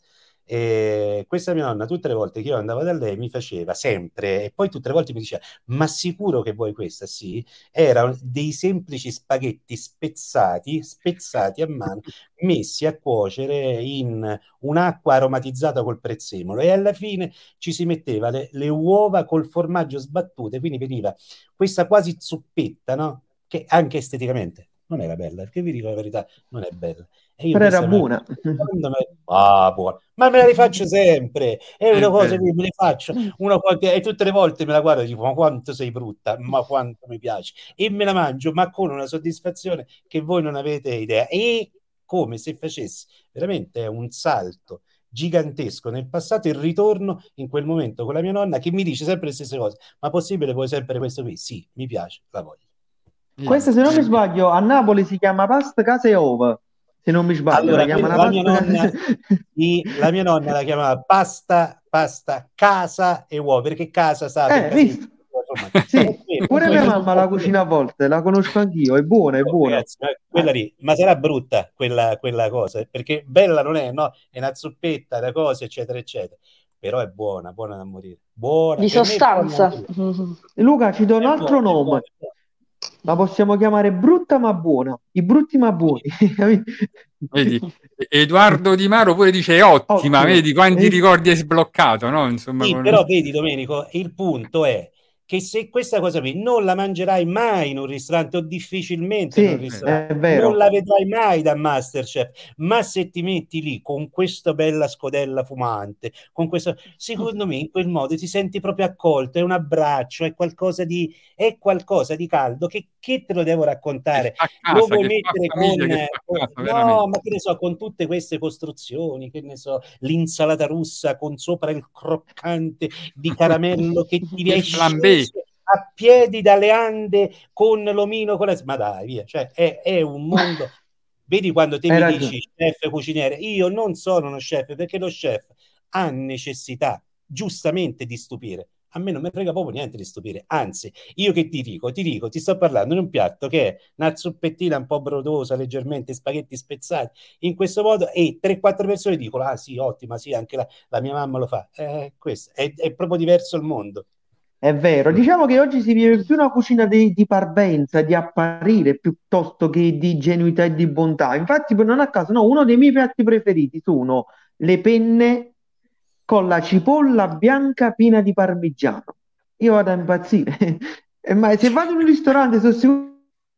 E questa mia nonna, tutte le volte che io andavo da lei, mi faceva sempre, e poi tutte le volte mi diceva: ma sicuro che vuoi questa? Sì, erano dei semplici spaghetti spezzati, spezzati a mano, messi a cuocere in un'acqua aromatizzata col prezzemolo, e alla fine ci si metteva le, le uova col formaggio sbattute, quindi veniva questa quasi zuppetta, no? Che anche esteticamente non era bella, perché vi dico la verità, non è bella. E io Però era questa me buona. me... ah, buona. Ma me la rifaccio sempre, è una cosa che me le faccio una qualche... e tutte le volte me la guardo e dico: ma quanto sei brutta, ma quanto mi piace, e me la mangio, ma con una soddisfazione che voi non avete idea, e come se facessi veramente un salto gigantesco nel passato, il ritorno in quel momento con la mia nonna che mi dice sempre le stesse cose: ma possibile, vuoi sempre questo qui? Sì, mi piace, la voglio. Questa, se non mi sbaglio, a Napoli si chiama pasta casa e ova. Se non mi sbaglio, allora, la chiamano la la mia pasta nonna, casa... sì, la mia nonna la chiamava pasta, pasta, casa e uova, perché casa sta per Eh, casa. visto? Sì, pure mia mamma la cucina a volte, la conosco anch'io, è buona, è Oh, buona. ragazzi, ma quella lì, ma sarà brutta quella, quella cosa, perché bella non è, no? È una zuppetta, una cosa, eccetera, eccetera. Però è buona, buona da morire. Buona, Di per me è buona da sostanza. morire. Luca, ci do un È altro buona, è nome. buona, è buona. La possiamo chiamare brutta ma buona. I brutti ma buoni. Vedi, Edoardo Di Maro pure dice è ottima, Ottimo. vedi quanti Eh, ricordi hai sbloccato, no? Insomma, Sì, con... però vedi Domenico, il punto è che se questa cosa qui non la mangerai mai in un ristorante, o difficilmente in un Sì, ristorante, è non vero. la vedrai mai da Masterchef, ma se ti metti lì con questa bella scodella fumante, con questo, secondo me in quel modo ti senti proprio accolto, è un abbraccio, è qualcosa di, è qualcosa di caldo che, che te lo devo Che raccontare. fa a Lo casa, vuoi che fa mettere famiglia, con, che fa con- casa, no, veramente. ma che ne so, con tutte queste costruzioni, che ne so, l'insalata russa con sopra il croccante di caramello che ti Il è flambé. sceso a piedi dalle Ande con l'omino, con la... ma dai, via, cioè è, è un mondo. Vedi quando te Hai mi ragione. dici chef cuciniere, io non sono uno chef, perché lo chef ha necessità giustamente di stupire. A me non mi frega proprio niente di stupire, anzi, io che ti dico, ti dico, ti sto parlando di un piatto che è una zuppettina un po' brodosa, leggermente spaghetti spezzati in questo modo, e tre quattro persone dicono: ah sì, ottima, sì, anche la, la mia mamma lo fa. Eh, questo è, è proprio diverso il mondo. È vero. Diciamo che oggi si vive più una cucina di, di parvenza, di apparire, piuttosto che di genuità e di bontà. Infatti, per non a caso, no, uno dei miei piatti preferiti sono le penne con la cipolla bianca piena di parmigiano. Io vado a impazzire. Eh, Ma se vado in un ristorante sono sicuro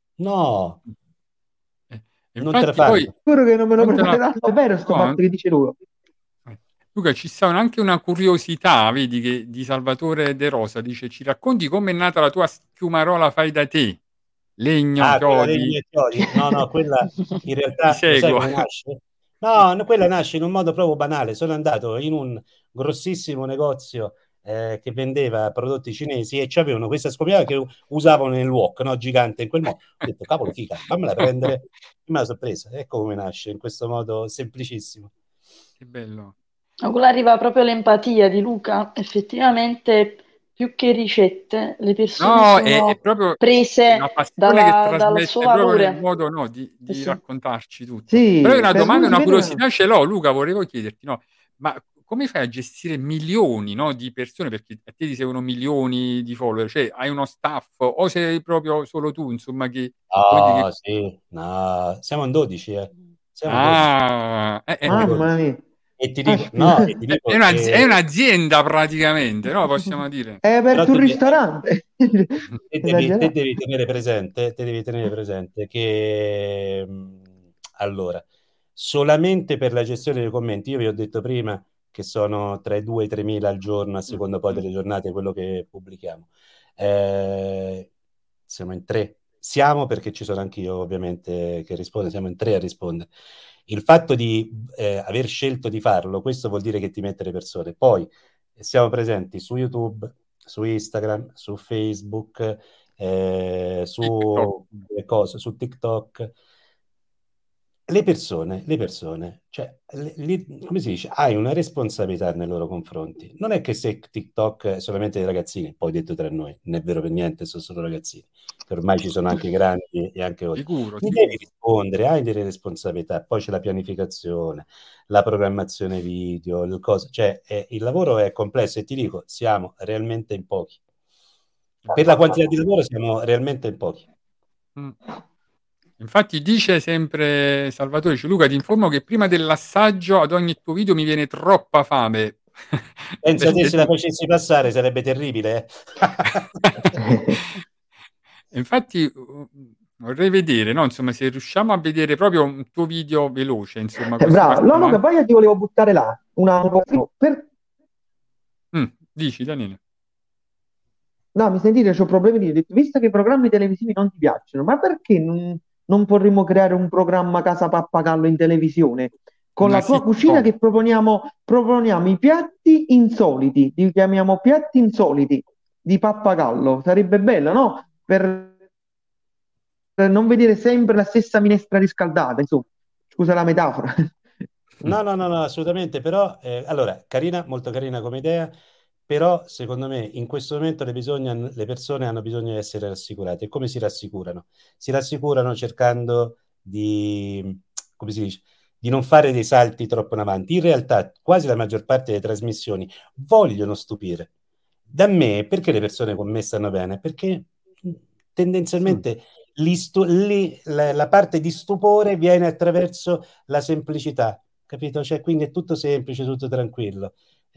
No, Eh, non te la Infatti fanno. poi che non me lo non te la... prepareranno. È vero sto no, fatto che dice lui. eh, Luca, ci sta anche una curiosità, vedi, che di Salvatore De Rosa dice: ci racconti com'è nata la tua schiumarola fai da te? Legno, Ah, quella dei chiodi, ghiaccioli? No, no, quella in ti realtà lo sai seguo. come nasce? No, no, quella nasce in un modo proprio banale. Sono andato in un grossissimo negozio eh, che vendeva prodotti cinesi, e c'avevano questa scomiava che usavano nel wok, no? Gigante in quel modo. Ho detto: cavolo, figa, fammela prendere. E me la sono presa. Ecco come nasce, in questo modo semplicissimo. Che bello. Ma quella arriva proprio l'empatia di Luca. Effettivamente, più che ricette, le persone No, è, è sono proprio la prese passione che dalla- dal suo trasmette proprio nel valore. modo, no, di, Eh di sì. raccontarci tutto. Però io Sì, una per domanda, lui si una vede. curiosità ce l'ho, Luca, volevo chiederti, no, ma come fai a gestire milioni, no, di persone? Perché a te ti seguono milioni di follower, cioè hai uno staff o sei proprio solo tu, insomma, che, come dire, No, che... sì, no, siamo in dodici, eh. Siamo in dodici. Ah, eh, eh, Siamo in eh. Mamma dodici. mia. E ti dico, no, Caspita. e ti È è dico, un'azi- è eh, un'azienda praticamente, no? Possiamo dire. Hai però aperto un tu devi, ristorante. te devi, te Esagerato. devi tenere presente, te devi tenere presente che mh, allora, solamente per la gestione dei commenti, io vi ho detto prima che sono tra i due e i tremila al giorno, a seconda poi delle giornate, quello che pubblichiamo. Eh, siamo in tre. siamo, perché ci sono anch'io ovviamente che rispondo, siamo in tre a rispondere. Il fatto di eh, aver scelto di farlo, questo vuol dire che ti mette le persone. Poi siamo presenti su YouTube, su Instagram, su Facebook, eh, TikTok. su, eh, cose, su TikTok. Le persone, le persone, cioè, le- le- come si dice, hai una responsabilità nei loro confronti. Non è che se TikTok è solamente dei ragazzini, poi detto tra noi, non è vero per niente, sono solo ragazzini, che ormai ci sono anche grandi e anche oltre. Sicuro, Mi devi sicuro. rispondere, hai delle responsabilità, poi c'è la pianificazione, la programmazione video, il cosa, cioè è- il lavoro è complesso e ti dico, siamo realmente in pochi. Per la quantità di lavoro siamo realmente in pochi. Mm. Infatti dice sempre Salvatore Ciuluca, ti informo che prima dell'assaggio ad ogni tuo video mi viene troppa fame. Pensa te Perché se la tu... facessi passare sarebbe terribile, eh? Infatti uh, vorrei vedere, no? Insomma, se riusciamo a vedere proprio un tuo video veloce, insomma, così Bravo, no, partiamo Luca, anche... poi io ti volevo buttare là una... per... Mm, dici, Daniele. No, mi sentite, c'ho problemi di... ho detto, visto che i programmi televisivi non ti piacciono, ma perché non, non potremmo creare un programma Casa Pappagallo in televisione? Con Una la tua cucina sitcom. che proponiamo, proponiamo i piatti insoliti, li chiamiamo piatti insoliti di Pappagallo. Sarebbe bello, no? Per, per non vedere sempre la stessa minestra riscaldata, insomma. Scusa la metafora. No, no, no, no, assolutamente, però, eh, allora, carina, molto carina come idea, però secondo me in questo momento le, bisogna- le persone hanno bisogno di essere rassicurate. E come si rassicurano? Si rassicurano cercando di, come si dice, di non fare dei salti troppo in avanti. In realtà, quasi la maggior parte delle trasmissioni vogliono stupire. Da me, perché le persone con me stanno bene? Perché mh, Mm. tendenzialmente li stu- li- la, la parte di stupore viene attraverso la semplicità, capito? Cioè, quindi è tutto semplice, tutto tranquillo.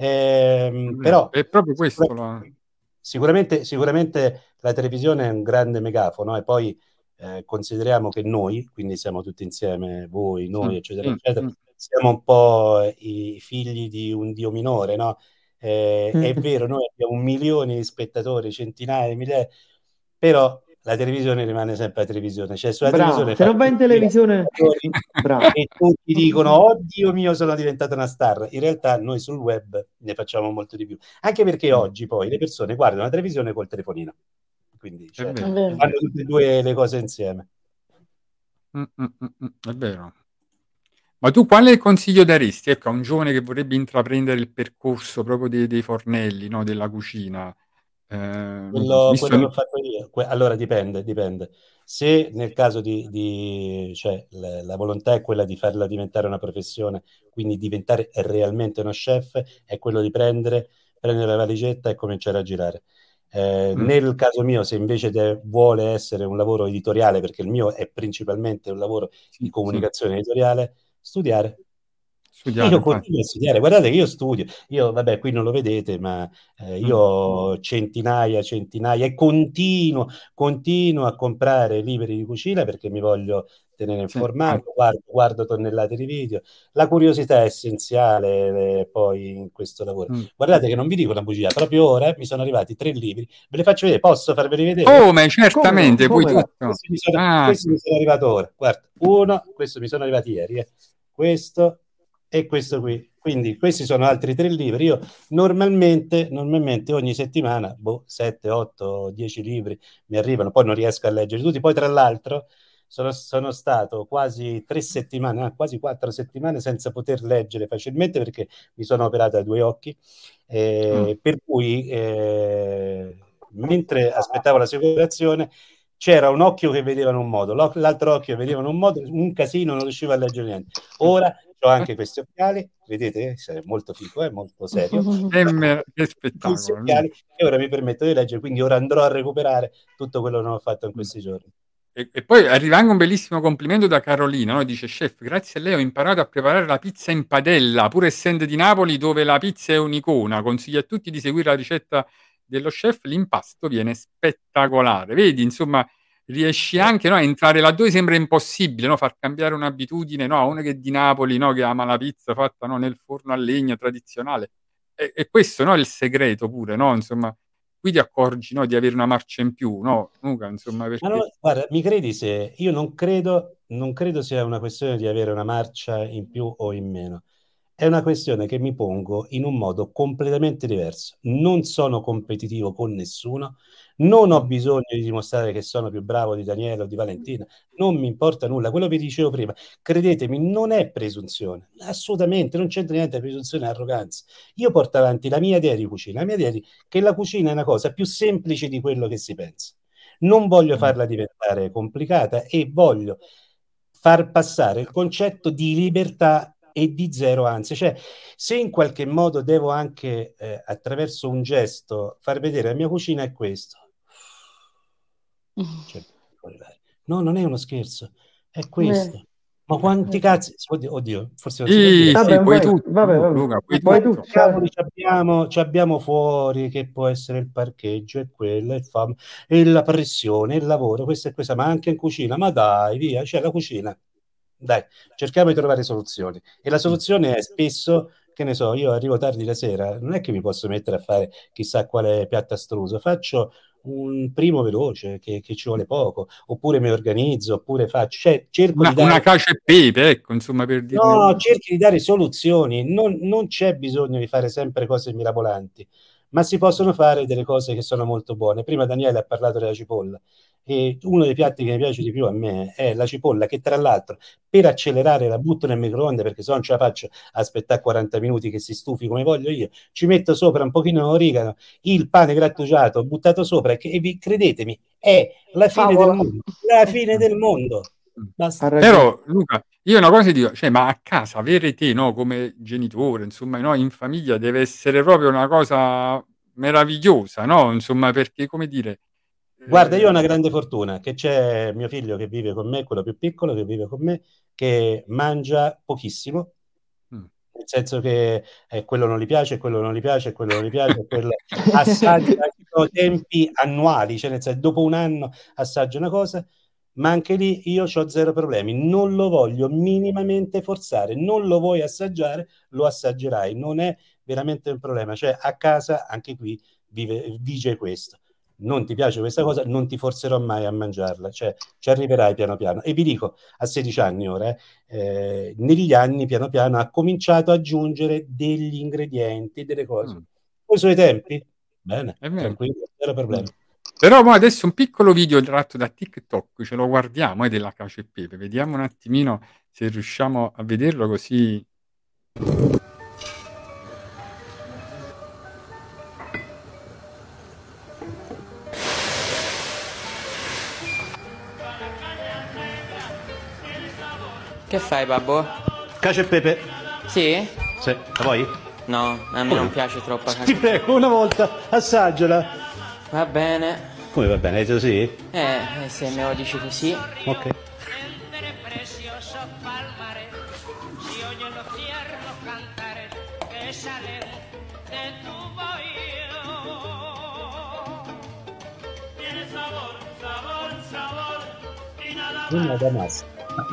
Ehm, Vabbè, però è proprio questo sicura- la... sicuramente, sicuramente la televisione è un grande megafono e poi eh, consideriamo che noi, quindi siamo tutti insieme, voi, noi, Sì, eccetera, sì, eccetera, sì. siamo un po' i figli di un dio minore, no? Eh, è Mm. vero, noi abbiamo milioni di spettatori, centinaia di migliaia, però la televisione rimane sempre la televisione, cioè sulla Bravo, televisione se fai non vai in ventimila televisione, spettatori bravo. e tutti dicono, oh Dio mio, sono diventata una star. In realtà noi sul web ne facciamo molto di più, anche perché Mm. oggi poi le persone guardano la televisione col telefonino, quindi È cioè, È vero, è vero. fanno vero. tutte e due le cose insieme. Mm, mm, mm, mm, è vero. Ma tu quale consiglio daresti, ecco, a un giovane che vorrebbe intraprendere il percorso proprio dei, dei fornelli, no, della cucina? Eh, Quello, visto... quello che ho fatto io, que- allora dipende, dipende. Se nel caso di, di- cioè, la, la volontà è quella di farla diventare una professione, quindi diventare realmente uno chef, è quello di prendere, prendere la valigetta e cominciare a girare. Eh, Mm, nel caso mio, se invece de- vuole essere un lavoro editoriale, perché il mio è principalmente un lavoro di sì, sì, comunicazione editoriale, studiare. studiare, Io infatti. continuo a studiare, guardate che io studio, io vabbè qui non lo vedete, ma eh, io Mm, ho centinaia, centinaia e continuo, continuo a comprare libri di cucina perché mi voglio tenere sì, anche. informato, guardo, guardo tonnellate di video. La curiosità è essenziale eh, poi in questo lavoro. Mm. Guardate che non vi dico una bugia, proprio ora eh, mi sono arrivati tre libri, ve li faccio vedere, posso farveli vedere? Come? Come no? Certamente, puoi Come no? tutto. Questi mi sono, Ah, questi mi sono arrivato ora. Guarda, uno, questo mi sono arrivati ieri, eh. Questo e questo qui. Quindi questi sono altri tre libri. Io normalmente, normalmente ogni settimana, boh, sette, otto, dieci libri mi arrivano, poi non riesco a leggere tutti. Poi tra l'altro sono, sono stato quasi tre settimane, ah, quasi quattro settimane senza poter leggere facilmente perché mi sono operato ai due occhi. mm, Eh, per cui eh, mentre aspettavo la seconda operazione c'era un occhio che vedeva in un modo, l'altro occhio vedeva in un modo, un casino, non riuscivo a leggere niente. mm. Ora ho anche questi occhiali, vedete, è molto figo, è molto serio. Che, mer- che Questi spettacolo. Mm. occhiali che ora mi permettono di leggere, quindi ora andrò a recuperare tutto quello che non ho fatto in Mm. questi giorni. E, e poi arriva anche un bellissimo complimento da Carolina, no? Dice, chef, grazie a lei ho imparato a preparare la pizza in padella, pur essendo di Napoli dove la pizza è un'icona. Consiglio a tutti di seguire la ricetta dello chef, l'impasto viene spettacolare. Vedi, insomma, riesci anche, no, a entrare laddove sembra impossibile, no? Far cambiare un'abitudine, no? A uno che è di Napoli, no? Che ama la pizza fatta, no? Nel forno a legna tradizionale. E, e questo, no? È il segreto pure, no? Insomma, qui ti accorgi, no, di avere una marcia in più, no, Luca, insomma, perché... Ma no, guarda, mi credi se io non credo, non credo sia una questione di avere una marcia in più o in meno. È una questione che mi pongo in un modo completamente diverso. Non sono competitivo con nessuno, non ho bisogno di dimostrare che sono più bravo di Daniele o di Valentina, non mi importa nulla. Quello che vi dicevo prima, credetemi, non è presunzione, assolutamente, non c'entra niente presunzione e arroganza. Io porto avanti la mia idea di cucina, la mia idea di che la cucina è una cosa più semplice di quello che si pensa. Non voglio farla diventare complicata e voglio far passare il concetto di libertà e di zero ansia. Cioè, se in qualche modo devo anche eh, attraverso un gesto far vedere la mia cucina è questo. Cioè, no, non è uno scherzo, è questo. Eh. Ma quanti cazzi, oddio, oddio forse non Sì, si può dire. Vabbè, sì, puoi vai, tutto, vabbè, vabbè. Luca, puoi Poi tutto. tu, cioè, Cavoli, ci abbiamo, ci abbiamo fuori che può essere il parcheggio e quello e, fam- e la pressione, il lavoro, questo e questo, ma anche in cucina, ma dai, via, c'è la cucina. Dai, cerchiamo di trovare soluzioni. E la soluzione è spesso, che ne so, io arrivo tardi la sera, non è che mi posso mettere a fare chissà quale piatto astruso, faccio un primo veloce che, che ci vuole poco, oppure mi organizzo, oppure faccio, cioè cerco Una, di dare... una cacio e pepe, ecco, insomma, per dire... No, cerchi di dare soluzioni, non, non c'è bisogno di fare sempre cose mirabolanti, ma si possono fare delle cose che sono molto buone. Prima Daniele ha parlato della cipolla e uno dei piatti che mi piace di più a me è la cipolla, che tra l'altro per accelerare la butto nel microonde perché se no non ce la faccio aspettare quaranta minuti che si stufi come voglio io, ci metto sopra un pochino di origano, il pane grattugiato buttato sopra e, che, e vi, credetemi, è la fine Favola. del mondo, la fine del mondo. Basta. ha ragione. Però, Luca, io una cosa dico, cioè, ma a casa avere te, no, come genitore, insomma, no, in famiglia deve essere proprio una cosa meravigliosa, no? Insomma, perché, come dire... Guarda, io ho eh, una grande fortuna, che c'è mio figlio che vive con me, quello più piccolo che vive con me, che mangia pochissimo, mm. nel senso che eh, quello non gli piace, quello non gli piace, quello non gli piace, quello assaggia, ci sono tempi annuali, cioè nel senso, dopo un anno assaggia una cosa, ma anche lì io ho zero problemi, non lo voglio minimamente forzare, non lo vuoi assaggiare, lo assaggerai, non è veramente un problema, cioè a casa anche qui vive, vige questo. Non ti piace questa cosa, non ti forzerò mai a mangiarla, cioè ci arriverai piano piano. E vi dico, a sedici anni ora, eh, negli anni piano piano ha cominciato ad aggiungere degli ingredienti, delle cose. Mm. Poi sui tempi, bene, È vero. tranquillo, zero problemi. Però mo adesso un piccolo video tratto da TikTok, ce lo guardiamo, è della cacio e pepe, vediamo un attimino se riusciamo a vederlo così... Che fai, babbo? Cacio e pepe. Sì? Sì, la vuoi? No, a me non piace troppo Ti prego, una volta, assaggiala. Va bene. Come va bene, hai detto sì? Eh, se me lo dici così. Ok. Una damasca.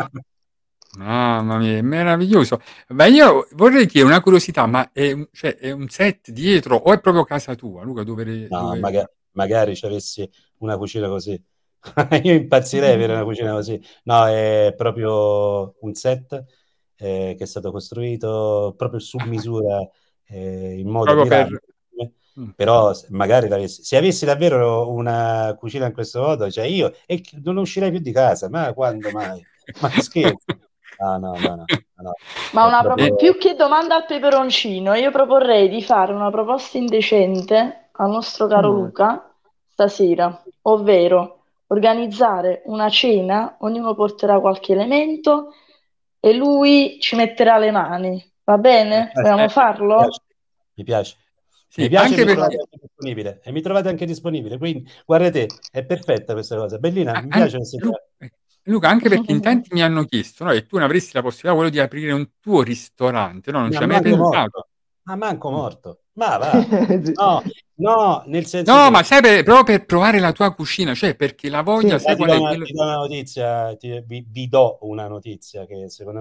Mamma mia, è meraviglioso. Ma io vorrei chiedere una curiosità, ma è un, cioè, è un set dietro o è proprio casa tua, Luca? Dove, No, dove... magari, magari ci avessi una cucina così. Io impazzirei per una cucina così. No, è proprio un set eh, che è stato costruito proprio su misura eh, in modo Proprio per... piramide. Mm. Però se magari l'avessi, se avessi davvero una cucina in questo modo, cioè io e non uscirei più di casa, ma quando mai? Ma scherzo? No, no, no, no, no. Ma È una proprio- pro- più che domanda al peperoncino, io proporrei di fare una proposta indecente al nostro caro Mm. Luca stasera, ovvero organizzare una cena, ognuno porterà qualche elemento e lui ci metterà le mani. Va bene? Eh, Vogliamo eh, farlo? Mi piace, mi piace. Sì, Mi piace anche e mi perché... trovate anche disponibile. E mi trovate anche disponibile. Quindi, guardate, è perfetta questa cosa. Bellina, Ah, mi an- piace questa Lu- idea. Luca, anche perché in tanti mi hanno chiesto, no, che tu ne avresti la possibilità quello di aprire un tuo ristorante, no? Non ci Ma hai mai manco pensato? morto. Ma manco morto. Ma va. Sì. No, no, nel senso No, che... ma sai, per- proprio per provare la tua cucina, cioè perché la voglia, Sì, sai Ma ti qual do è? una, Quello- ti do una notizia, ti- vi, vi do una notizia che secondo me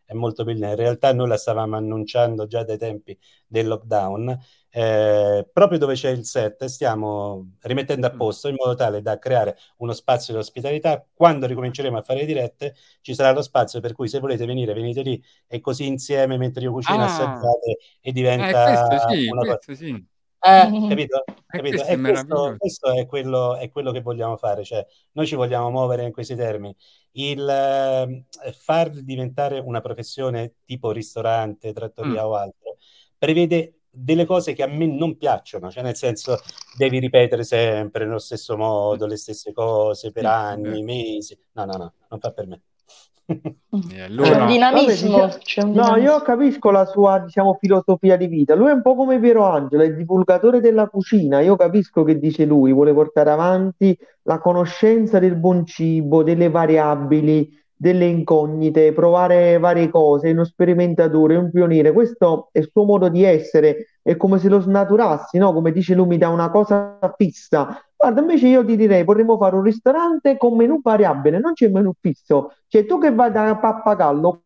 è molto bella. In realtà noi la stavamo annunciando già dai tempi del lockdown, eh, proprio dove c'è il set stiamo rimettendo a posto in modo tale da creare uno spazio di ospitalità. Quando ricominceremo a fare le dirette ci sarà lo spazio per cui se volete venire venite lì e così insieme mentre io cucino Ah, assaggiate e eh, diventa questo sì, una cosa. questo sì. Eh, capito? E Capito? questo è E questo, meraviglioso. questo è quello, è quello che vogliamo fare, cioè noi ci vogliamo muovere in questi termini. Il eh, far diventare una professione tipo ristorante, Mm. trattoria o altro, prevede delle cose che a me non piacciono, cioè nel senso devi ripetere sempre nello stesso modo le stesse cose per Sì, è anni, vero. mesi. No, no, no, non fa per me. E C'è un allora, Vabbè, dinamismo, dicia- c'è un no, io dinamismo. capisco la sua, diciamo, filosofia di vita. Lui è un po' come Piero Angelo, è il divulgatore della cucina. Io capisco che dice lui, vuole portare avanti la conoscenza del buon cibo, delle variabili, delle incognite, provare varie cose, è uno sperimentatore, è un pioniere. Questo è il suo modo di essere, è come se lo snaturassi, no? Come dice lui, mi dà una cosa fissa. Guarda, invece io ti direi, potremmo fare un ristorante con menù variabile, non c'è menù fisso. Cioè, tu che vai da Pappagallo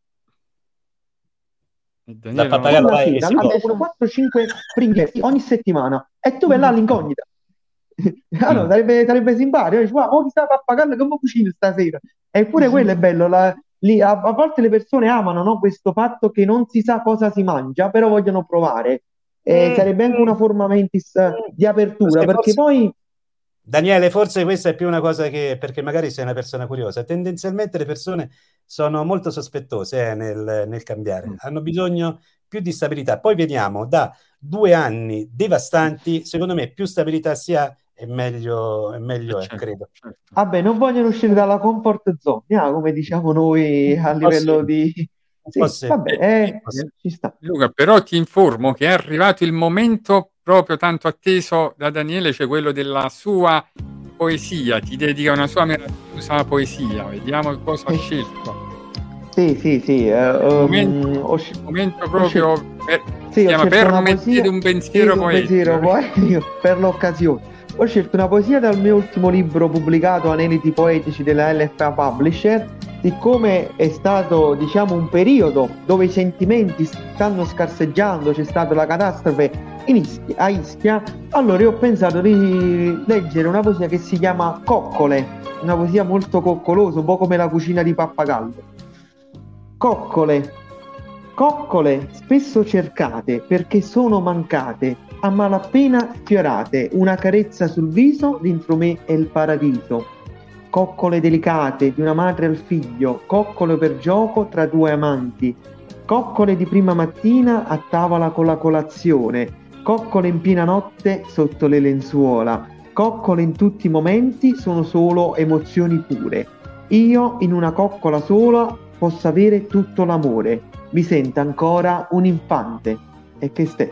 e Da Daniele non Pappagallo la vai e sera, si lui può. ti propone quattro cinque springhetti ogni settimana e tu vai là all'incognita. Allora, Mm. sarebbe, sarebbe simpatico. Dici, "Guarda, oh, chissà Pappagallo che mo cucina stasera." Eppure quello è bello. la- lì, a, a volte le persone amano, no, questo fatto che non si sa cosa si mangia, però vogliono provare. E Mm, sarebbe anche mm, una forma mentis eh, mm. di apertura, Forse, perché forse, poi Daniele, forse questa è più una cosa che, perché magari sei una persona curiosa, tendenzialmente le persone sono molto sospettose eh, nel, nel cambiare, Mm. hanno bisogno più di stabilità. Poi vediamo, da due anni devastanti, secondo me più stabilità si ha e meglio, e Eh, meglio è, certo, credo. certo. vabbè, non vogliono uscire dalla comfort zone, ah, come diciamo noi a Un po' sì, livello di... un po' Sì, sì. vabbè, E- eh, e- e- ci sta. Luca, però ti informo che è arrivato il momento proprio tanto atteso da Daniele, cioè quello della sua poesia. Ti dedica una sua meravigliosa poesia. Vediamo cosa ha Eh, scelto. Sì, sì, sì, eh, Momento, ehm, ho, sc- momento ho proprio scelto, per, sì, si ho chiama scelto una Permettete poesia, un sì, pensiero un pensiero poetico. poetico per l'occasione. Ho scelto una poesia dal mio ultimo libro pubblicato, Aneliti Poetici della L F A Publisher. Siccome è stato, diciamo, un periodo dove i sentimenti stanno scarseggiando, c'è stata la catastrofe in Ischia, a Ischia, allora io ho pensato di leggere una poesia che si chiama Coccole, una poesia molto coccolosa, un po' come la cucina di Pappagallo. Coccole, coccole spesso cercate perché sono mancate, a malapena sfiorate, una carezza sul viso, dentro me è il paradiso. Coccole delicate di una madre al figlio, coccole per gioco tra due amanti, coccole di prima mattina a tavola con la colazione, coccole in piena notte sotto le lenzuola, coccole in tutti i momenti sono solo emozioni pure. Io in una coccola sola posso avere tutto l'amore, mi sento ancora un infante. E che ste?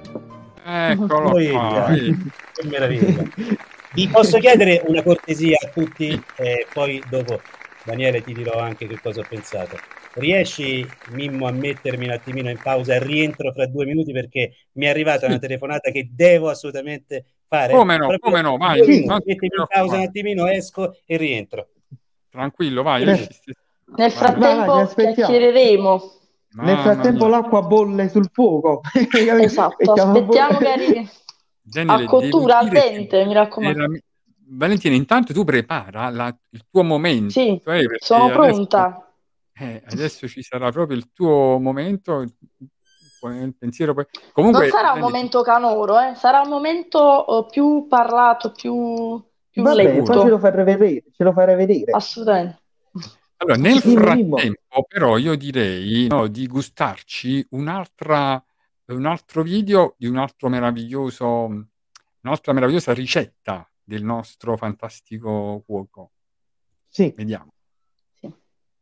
Eccolo qua. Meraviglia, vedi. che meraviglia. Vi posso chiedere una cortesia a tutti e poi dopo Daniele ti dirò anche che cosa ho pensato. Riesci, Mimmo, a mettermi un attimino in pausa e rientro fra due minuti perché mi è arrivata Sì. una telefonata che devo assolutamente fare? Come no, Proprio come no, vai, due Sì. minuti, non ti mettimi in preoccupare. pausa un attimino, esco e rientro. Tranquillo, vai. Eh. io ci sto- Nel vai. Vai, vai, ti frattempo aspettiamo. chiacchiereremo. Nel Mamma frattempo mia. l'acqua bolle sul fuoco. Esatto, Mettiamo a aspettiamo bolle- che arrivi Daniele, a cottura, al devo dire che dente, mi raccomando. veramente- Valentina, intanto tu prepara la- il tuo momento, Sì, eh, perché sono adesso, pronta. eh, adesso ci sarà proprio il tuo momento, il pensiero. poi- Non Comunque, sarà un Daniele, momento canoro, eh? Sarà un momento eh, più parlato, più, più Va bene, poi ce letto. lo farai vedere, ce lo farai vedere. Assolutamente. allora, nel Dimmi, Mimmo. frattempo, però, io direi no, di gustarci un'altra, un altro video di un altro meraviglioso, un'altra meravigliosa ricetta del nostro fantastico cuoco. Sì. Vediamo. Sì.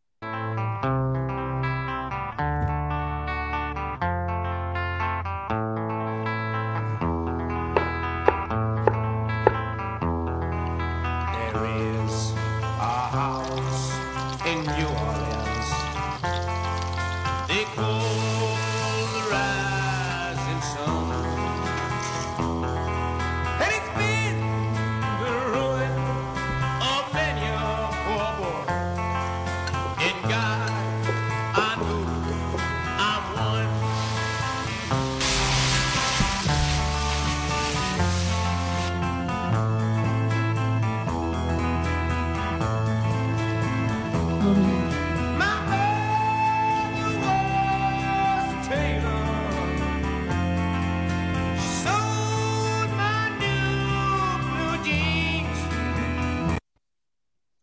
There is a house in New Orleans they call the Rising Sun, and it's been the ruin of many a poor boy. And God, I know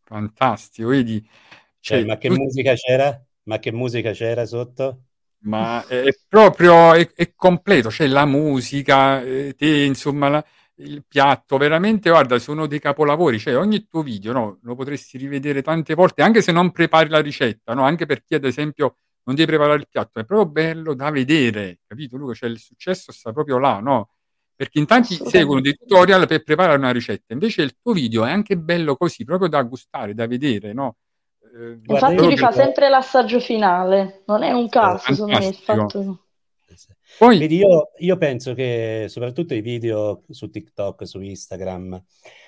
fantastico, vedi? Cioè, Cioè, ma che tu- musica c'era? Ma che musica c'era sotto? ma è è proprio è, è completo, c'è la musica, eh, te, insomma, la- il piatto, veramente, guarda, sono dei capolavori, cioè ogni tuo video, no, lo potresti rivedere tante volte, anche se non prepari la ricetta, no, anche per chi, ad esempio, non devi preparare il piatto, è proprio bello da vedere, capito, Luca? Cioè il successo sta proprio là, no? Perché in tanti seguono Assolutamente. dei tutorial per preparare una ricetta, invece il tuo video è anche bello così, proprio da gustare, da vedere, no? Eh, Guarda, Infatti io proprio ti rifà per... dico, sempre l'assaggio finale, non è un eh, caso, secondo me, il Fantastico. fatto... eh, sì. Poi, Vedi, io, io penso che soprattutto i video su TikTok, su Instagram,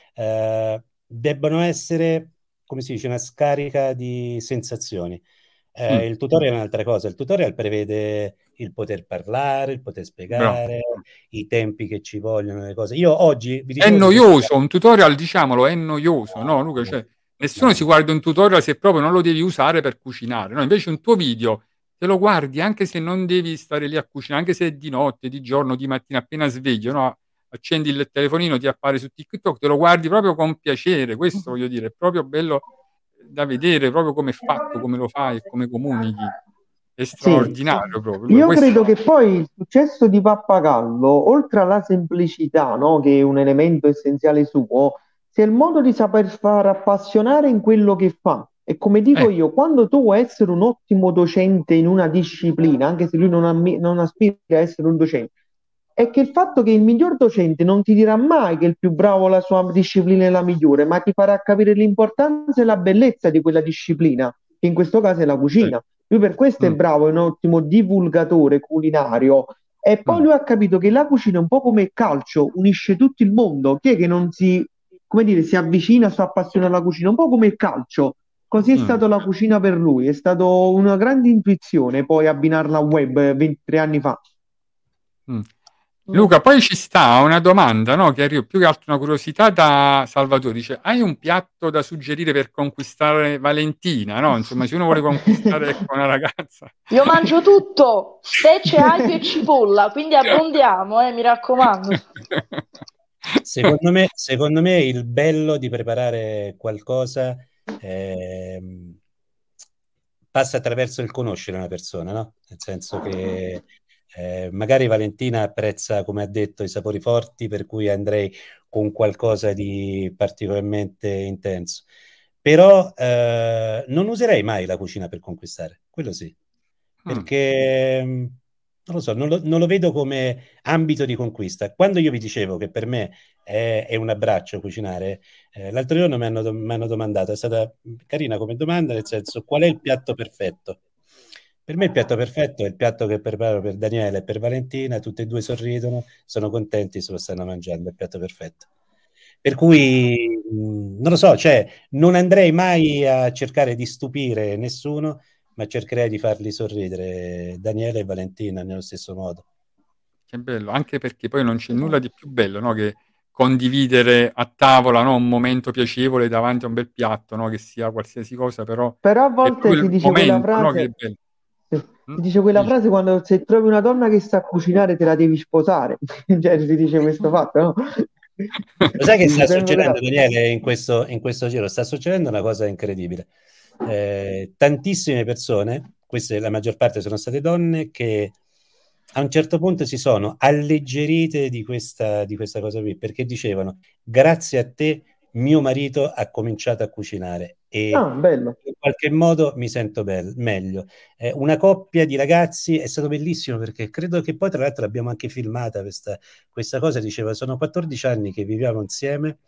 eh, debbano essere, come si dice, una scarica di sensazioni. mm, Eh, il tutorial è un'altra cosa, il tutorial prevede il poter parlare, il poter bravo. spiegare, i tempi che ci vogliono, le cose. Io oggi vi È dicevo su questo. noioso, un tutorial, diciamolo, è noioso, no, Luca? No, Cioè, nessuno si no. guarda un tutorial se proprio non lo devi usare per cucinare, no? Invece un tuo video te lo guardi anche se non devi stare lì a cucinare, anche se è di notte, di giorno, di mattina, appena sveglio, no? Accendi il telefonino, ti appare su TikTok, te lo guardi proprio con piacere, questo voglio dire, è proprio bello da vedere, proprio come è fatto, come lo fai e come comunichi. È Sì, straordinario proprio, Luca. io Questo... credo che poi il successo di Pappagallo, oltre alla semplicità, no, che è un elemento essenziale suo, sia il modo di saper far appassionare in quello che fa. E come dico Eh, io, quando tu vuoi essere un ottimo docente in una disciplina, anche se lui non, ammi- non aspira a essere un docente, è che il fatto che il miglior docente non ti dirà mai che il più bravo la sua disciplina è la migliore, ma ti farà capire l'importanza e la bellezza di quella disciplina, che in questo caso è la eh, cucina. Lui per questo è mm, bravo, è un ottimo divulgatore culinario. E poi mm, lui ha capito che la cucina è un po' come il calcio, unisce tutto il mondo. Chi è che non si, come dire, si avvicina, si appassiona alla cucina? Un po' come il calcio. Così è mm, stata la cucina per lui. È stata una grande intuizione poi abbinarla al web eh, ventitré anni fa. mm. Mm. Luca, poi ci sta una domanda, no? Che arriva più che altro una curiosità da Salvatore. Dice: hai un piatto da suggerire per conquistare Valentina? No? Insomma, se uno vuole conquistare ecco, una ragazza. Io mangio tutto, specie aglio e cipolla, quindi abbondiamo, eh, mi raccomando. Secondo me, secondo me il bello di preparare qualcosa ehm, passa attraverso il conoscere una persona, no? Nel senso che eh, magari Valentina apprezza, come ha detto, i sapori forti, per cui andrei con qualcosa di particolarmente intenso. Però eh, non userei mai la cucina per conquistare, quello sì, Mm, perché mh, non lo so, non lo, non lo vedo come ambito di conquista. Quando io vi dicevo che per me è, è un abbraccio cucinare, eh, l'altro giorno mi hanno, do- mi hanno domandato, è stata carina come domanda, nel senso, qual è il piatto perfetto? Per me il piatto perfetto è il piatto che preparo per Daniele e per Valentina, tutti e due sorridono, sono contenti, se lo stanno mangiando, è il piatto perfetto. Per cui, mh, non lo so, cioè, non andrei mai a cercare di stupire nessuno, ma cercherei di farli sorridere, Daniele e Valentina, nello stesso modo. che bello, anche perché poi non c'è nulla di più bello, no? Che condividere a tavola, no? Un momento piacevole davanti a un bel piatto, no? Che sia qualsiasi cosa, però Però a è volte proprio si il dice quella momento, no? Che è frase, bello. si Mm? dice quella Dici? frase quando se trovi una donna che sa cucinare te la devi sposare. Cioè, si dice questo fatto, no? Lo sai che Si dice sta sempre succedendo, quella- Daniele, in questo, in questo giro? Sta succedendo una cosa incredibile. Eh, tantissime persone, queste la maggior parte sono state donne, che a un certo punto si sono alleggerite di questa, di questa cosa qui, perché dicevano, grazie a te mio marito ha cominciato a cucinare e Ah, bello. in qualche modo mi sento bel- meglio. Eh, una coppia di ragazzi è stato bellissimo perché credo che poi tra l'altro l'abbiamo anche filmata questa, questa cosa, diceva sono quattordici anni che viviamo insieme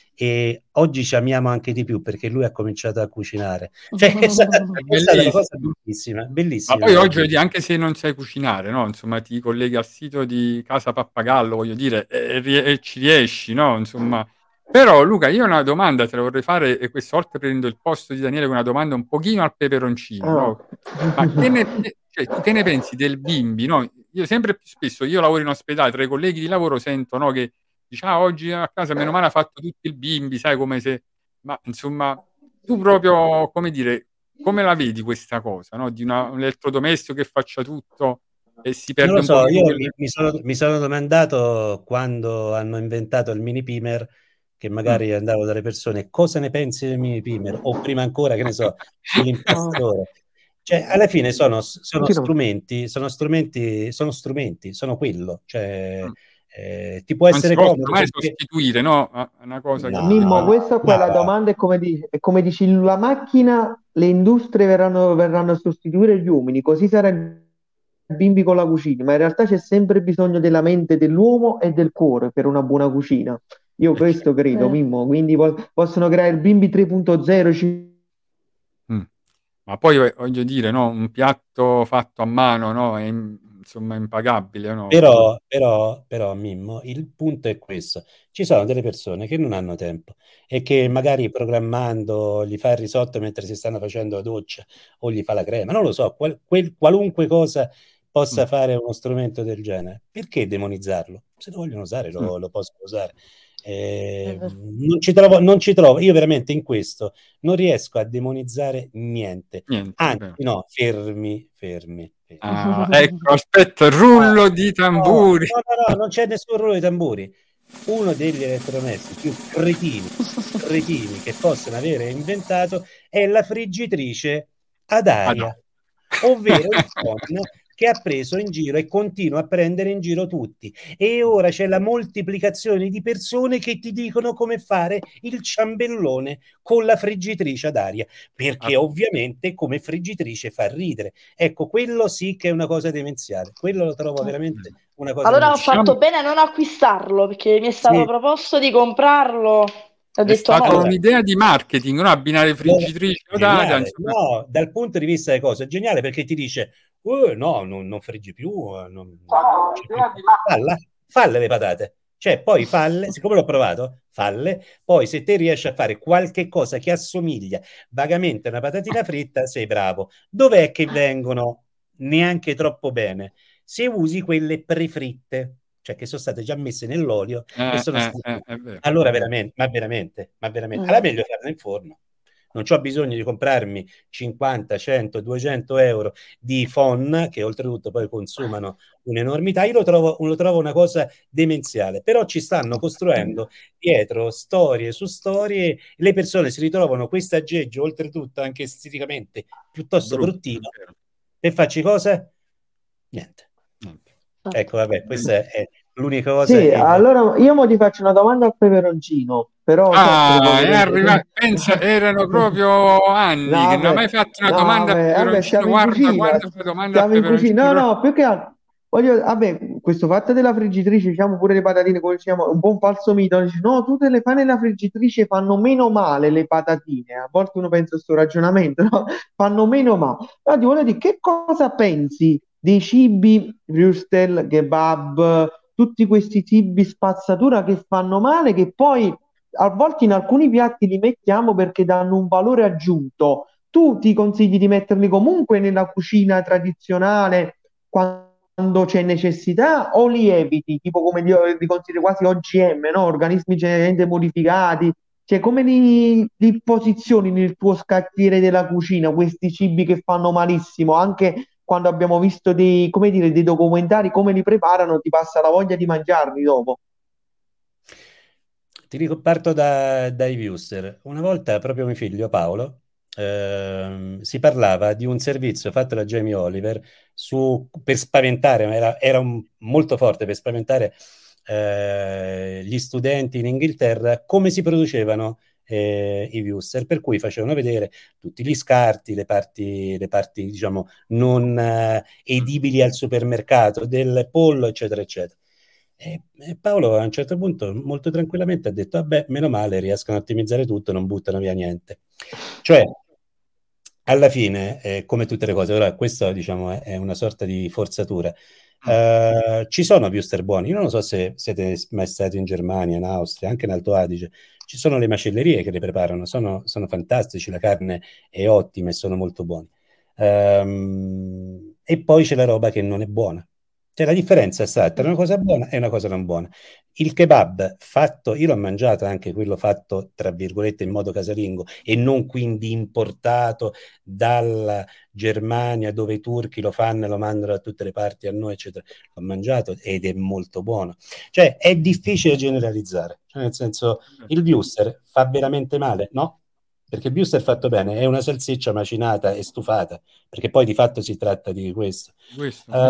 e oggi ci amiamo anche di più perché lui ha cominciato a cucinare. Cioè, è stata, È è stata una cosa bellissimo. bellissima, Ma bellissima. poi Da oggi, dire. vedi, anche se non sai cucinare, no? Insomma, ti colleghi al sito di Casa Pappagallo, voglio dire, e, rie- e ci riesci, no? Insomma, però Luca, io una domanda te la vorrei fare e questa volta prendo il posto di Daniele con una domanda un pochino al peperoncino, Ah. no? Ma che ne, che- cioè, tu che ne pensi del bimbi, no? Io sempre più spesso, io lavoro in ospedale, tra i colleghi di lavoro sento, no, che dice, ah, oggi a casa meno male ha fatto tutto il bimbi, sai, come se... Ma, insomma, tu proprio, come dire, come la vedi questa cosa, no? Di una- un elettrodomestico che faccia tutto e si Non perde lo un so, pochino io quel... mi, mi sono, mi sono domandato quando hanno inventato il mini pimer che Mm. magari andavo dalle persone, cosa ne pensi del mini primer? O prima ancora, che ne so, dell'impastore. Cioè, alla fine sono, sono Sì, no. strumenti, sono strumenti, sono strumenti, sono quello. Cioè, Mm. eh, ti può Non si essere possono comodo mai perché... sostituire, no? A- Una cosa che ti Mimmo, fa... No, questa qua ma è la va. domanda, è come, di- è come dici, la macchina, le industrie verranno, verranno a sostituire gli uomini, così sarà il bimbi con la cucina, ma in realtà c'è sempre bisogno della mente dell'uomo e del cuore per una buona cucina. Io Eh, questo credo, Eh. Mimmo, quindi po- possono creare il bimbi tre punto zero. ci- Mm. Ma poi vo- voglio dire, no? Un piatto fatto a mano, no? È im- insomma impagabile, no? Però, però, però, Mimmo, il punto è questo. Ci sono delle persone che non hanno tempo e che magari programmando gli fa il risotto mentre si stanno facendo la doccia o gli fa la crema, non lo so, qual- quel- qualunque cosa possa Mm. fare uno strumento del genere. Perché demonizzarlo? Se lo vogliono usare, Mm. lo, lo possono usare. Eh, È vero. non ci trovo, non ci trovo, io veramente in questo non riesco a demonizzare niente. Niente, è Anzi, vero. no, fermi, fermi, fermi. Ah, ecco, aspetta, No, rullo di no, tamburi. no, no, no, non c'è nessun rullo di tamburi. Uno degli elettrodomestici più cretini, cretini che possono avere inventato è la friggitrice ad Ah, no. aria, ovvero il phon che ha preso in giro e continua a prendere in giro tutti. E ora c'è la moltiplicazione di persone che ti dicono come fare il ciambellone con la friggitrice ad aria, perché Ah, ovviamente come friggitrice fa ridere. Ecco, quello sì che è una cosa demenziale. Quello lo trovo veramente una cosa Allora ho demenziale. fatto diciamo, bene a non acquistarlo perché mi è stato Sì, proposto di comprarlo. Ho è detto stata no. allora, un'idea di marketing, no? Abbinare allora, friggitrice ad aria, geniale. insomma. No, dal punto di vista delle cose, è geniale perché ti dice, "Uh, no, non, non friggi più, eh, non- cioè, falla, falle le patate. Cioè, poi falle, siccome l'ho provato, falle, poi se te riesci a fare qualche cosa che assomiglia vagamente a una patatina fritta, sei bravo. Dov'è che vengono neanche troppo bene? Se usi quelle prefritte, cioè che sono state già messe nell'olio e Eh, sono eh, state... eh, è vero, Allora è vero. veramente, ma veramente, ma veramente, Mm. allora meglio farla in forno. Non ho bisogno di comprarmi cinquanta, cento, duecento euro di phon, che oltretutto poi consumano un'enormità. Io lo trovo, lo trovo una cosa demenziale, però ci stanno costruendo dietro storie su storie, le persone si ritrovano questo aggeggio, oltretutto anche esteticamente piuttosto Brutto, è bruttino, vero. per farci cosa? Niente. Niente. Ecco, vabbè, questa è l'unica cosa. Sì, e- allora io mo ti faccio una domanda al peperoncino, però sempre Ah, proprio è dentro. arrivato, pensa, erano proprio anni No, che non ha mai vabbè, fatto una no, domanda a vabbè, vabbè, peperoncino. siamo in Guarda cucina, quando fa domanda a siamo in cucina. No, peperoncino. no, più che altro, voglio, vabbè, questo fatto della friggitrice, diciamo pure le patatine, come diciamo, è un po' un falso mito. Dici, no, tu te le fai nella friggitrice, fanno meno male le patatine. A volte uno pensa a questo ragionamento, no? Fanno meno male. Allora ti voglio dire, che cosa pensi dei cibi, würstel, kebab, tutti questi cibi spazzatura che fanno male, che poi a volte in alcuni piatti li mettiamo perché danno un valore aggiunto. Tu ti consigli di metterli comunque nella cucina tradizionale quando c'è necessità o li eviti, tipo come li, li consideri quasi O G M, no? Organismi geneticamente modificati. Cioè, come li, li posizioni nel tuo scacchiere della cucina questi cibi che fanno malissimo? Anche quando abbiamo visto dei, come dire, dei documentari, come li preparano, ti passa la voglia di mangiarli dopo. Ti dico, parto da, dai viewster. Una volta proprio mio figlio Paolo ehm, si parlava di un servizio fatto da Jamie Oliver su, per spaventare, ma era, era un- molto forte per spaventare eh, gli studenti in Inghilterra come si producevano eh, i viewster, per cui facevano vedere tutti gli scarti, le parti, le parti diciamo non eh, edibili al supermercato del pollo, eccetera, eccetera. E, e Paolo a un certo punto molto tranquillamente ha detto, vabbè, meno male, riescono a ottimizzare tutto, non buttano via niente. Cioè, alla fine, eh, come tutte le cose, ora questo diciamo è, è una sorta di forzatura. Eh, ci sono viewster buoni, io non so se siete mai stati in Germania, in Austria, anche in Alto Adige, ci sono le macellerie che le preparano, sono, sono fantastici, la carne è ottima e sono molto buoni. Ehm, e poi c'è la roba che non è buona. Cioè la differenza sta tra una cosa buona e una cosa non buona. Il kebab fatto, io l'ho mangiato anche quello fatto tra virgolette in modo casalingo e non quindi importato dalla Germania dove i turchi lo fanno e lo mandano da tutte le parti a noi, eccetera. L'ho mangiato ed è molto buono. Cioè è difficile generalizzare, cioè, nel senso il wuster fa veramente male? No, perché il wuster fatto bene è una salsiccia macinata e stufata, perché poi di fatto si tratta di questo. Questo, sì.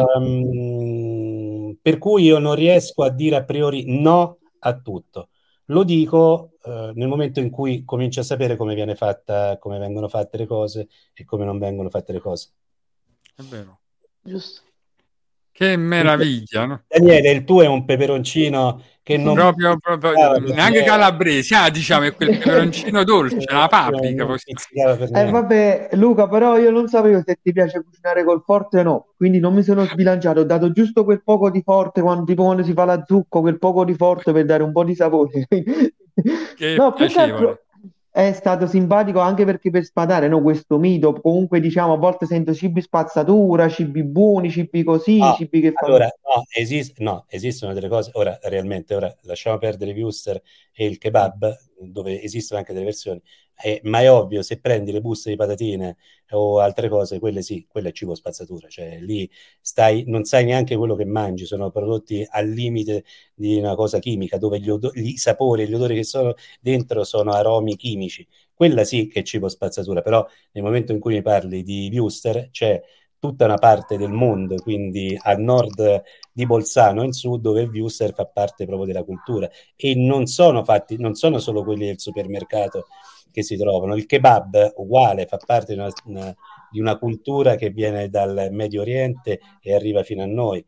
Um, per cui io non riesco a dire a priori no a tutto. Lo dico uh, nel momento in cui comincio a sapere come viene fatta, come vengono fatte le cose e come non vengono fatte le cose. È vero. Giusto. Che meraviglia, no? Daniele, il tuo è un peperoncino che non Proprio, proprio pizzicava per neanche niente. calabrese, ah, diciamo, è quel peperoncino dolce, la paprika. Non Posso- pizzicava per Eh niente. vabbè, Luca, però io non sapevo se ti piace cucinare col forte o no, quindi non mi sono sbilanciato, ho dato giusto quel poco di forte, quando, tipo quando si fa la zucca, quel poco di forte per dare un po' di sapore. Che No, più che piacevole. altro è stato simpatico anche perché per sfatare, no, questo mito, comunque diciamo a volte sento cibi spazzatura, cibi buoni, cibi così, No, cibi che fanno... allora, no, esist- no, esistono delle cose, ora realmente, ora lasciamo perdere i wuster e il kebab, dove esistono anche delle versioni, eh, ma è ovvio, se prendi le buste di patatine o altre cose, quelle sì, quello è cibo spazzatura, cioè lì stai, non sai neanche quello che mangi, sono prodotti al limite di una cosa chimica, dove gli, odo- i sapori e gli odori che sono dentro sono aromi chimici, quella sì che è cibo spazzatura, però nel momento in cui mi parli di wuster c'è tutta una parte del mondo, quindi a nord di Bolzano in su, dove il wuster fa parte proprio della cultura e non sono fatti, non sono solo quelli del supermercato che si trovano, il kebab uguale fa parte di una, una, di una cultura che viene dal Medio Oriente e arriva fino a noi.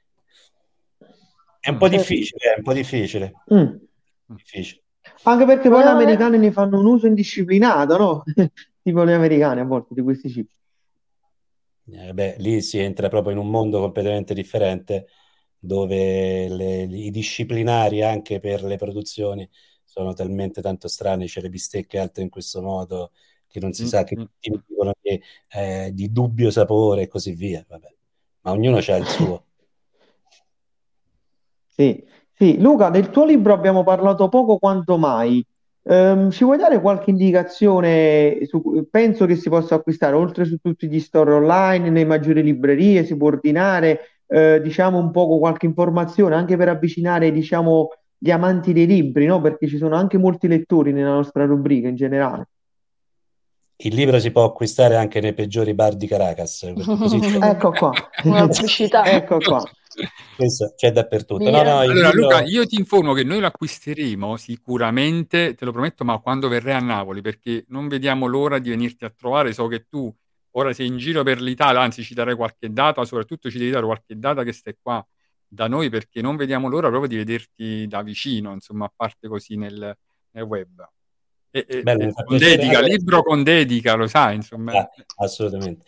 È un po' Certo. difficile, è un po' difficile. Mm. difficile. Anche perché poi gli Volevo- americani ne fanno un uso indisciplinato, no? Tipo gli americani a volte di questi cibi. Eh, beh, lì si entra proprio in un mondo completamente differente dove le- i disciplinari anche per le produzioni sono talmente tanto strani, c'è le bistecche alte in questo modo che non si Sì, sa, che sì. tutti mi dicono che è di dubbio sapore e così via. Vabbè. Ma ognuno ha il suo. Sì, sì. Luca, del tuo libro abbiamo parlato poco quanto mai. Ehm, ci vuoi dare qualche indicazione su, penso che si possa acquistare oltre su tutti gli store online, nelle maggiori librerie, si può ordinare, eh, diciamo un poco qualche informazione anche per avvicinare, diciamo, gli amanti dei libri, no? Perché ci sono anche molti lettori nella nostra rubrica in generale. Il libro si può acquistare anche nei peggiori bar di Caracas, perché così c'è, Ecco qua. Una pubblicità. Ecco qua. questo c'è dappertutto. No, Mia. no, il Allora, libro... Luca, io ti informo che noi lo acquisteremo sicuramente, te lo prometto, ma quando verrai a Napoli, perché non vediamo l'ora di venirti a trovare. So che tu ora sei in giro per l'Italia, anzi ci darai qualche data, soprattutto ci devi dare qualche data che stai qua da noi, perché non vediamo l'ora proprio di vederti da vicino, insomma, a parte così nel, nel web. E, e- Bello, e mi fa con piacere. dedica, Allora, libro con dedica, lo sai, insomma. ah, assolutamente.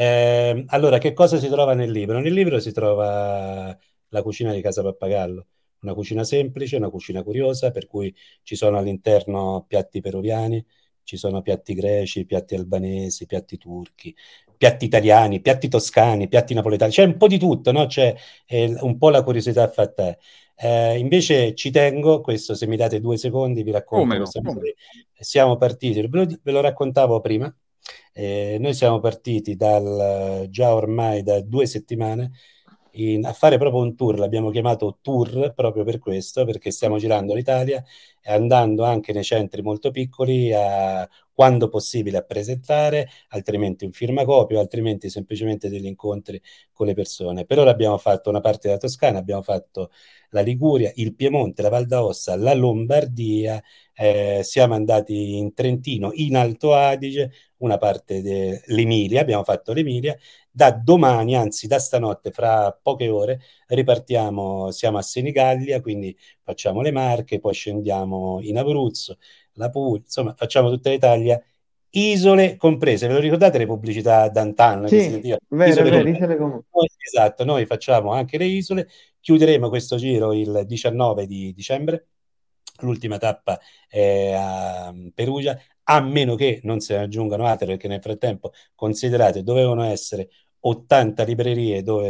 Eh, allora, che cosa si trova nel libro? Nel libro si trova la cucina di Casa Pappagallo, una cucina semplice, una cucina curiosa, per cui ci sono all'interno piatti peruviani, ci sono piatti greci, piatti albanesi, piatti turchi, piatti italiani, piatti toscani, piatti napoletani, c'è un po' di tutto, no? C'è eh, un po' la curiosità fatta. Eh, invece ci tengo, questo se mi date due secondi vi racconto Come no? questo. Come? Siamo partiti, ve lo, ve lo raccontavo prima, eh, noi siamo partiti dal, già ormai da due settimane in- a fare proprio un tour, l'abbiamo chiamato tour proprio per questo, perché stiamo girando l'Italia e andando anche nei centri molto piccoli a, quando possibile a presentare, altrimenti un firmacopio, altrimenti semplicemente degli incontri con le persone. Per ora abbiamo fatto una parte della Toscana, abbiamo fatto la Liguria, il Piemonte, la Val d'Aosta, la Lombardia, eh, siamo andati in Trentino, in Alto Adige, una parte dell'Emilia, abbiamo fatto l'Emilia. Da domani, anzi da stanotte, fra poche ore, ripartiamo, siamo a Senigallia, quindi facciamo le Marche, poi scendiamo in Abruzzo, la Puglia, insomma facciamo tutta l'Italia, isole comprese. Ve lo ricordate le pubblicità d'antan che si Sì, sentiva? vero, è Isole vero, comprese. isole comuni. Noi- esatto, noi facciamo anche le isole, chiuderemo questo giro il diciannove di dicembre, l'ultima tappa è a Perugia, a meno che non se ne aggiungano altre, perché nel frattempo considerate dovevano essere ottanta librerie dove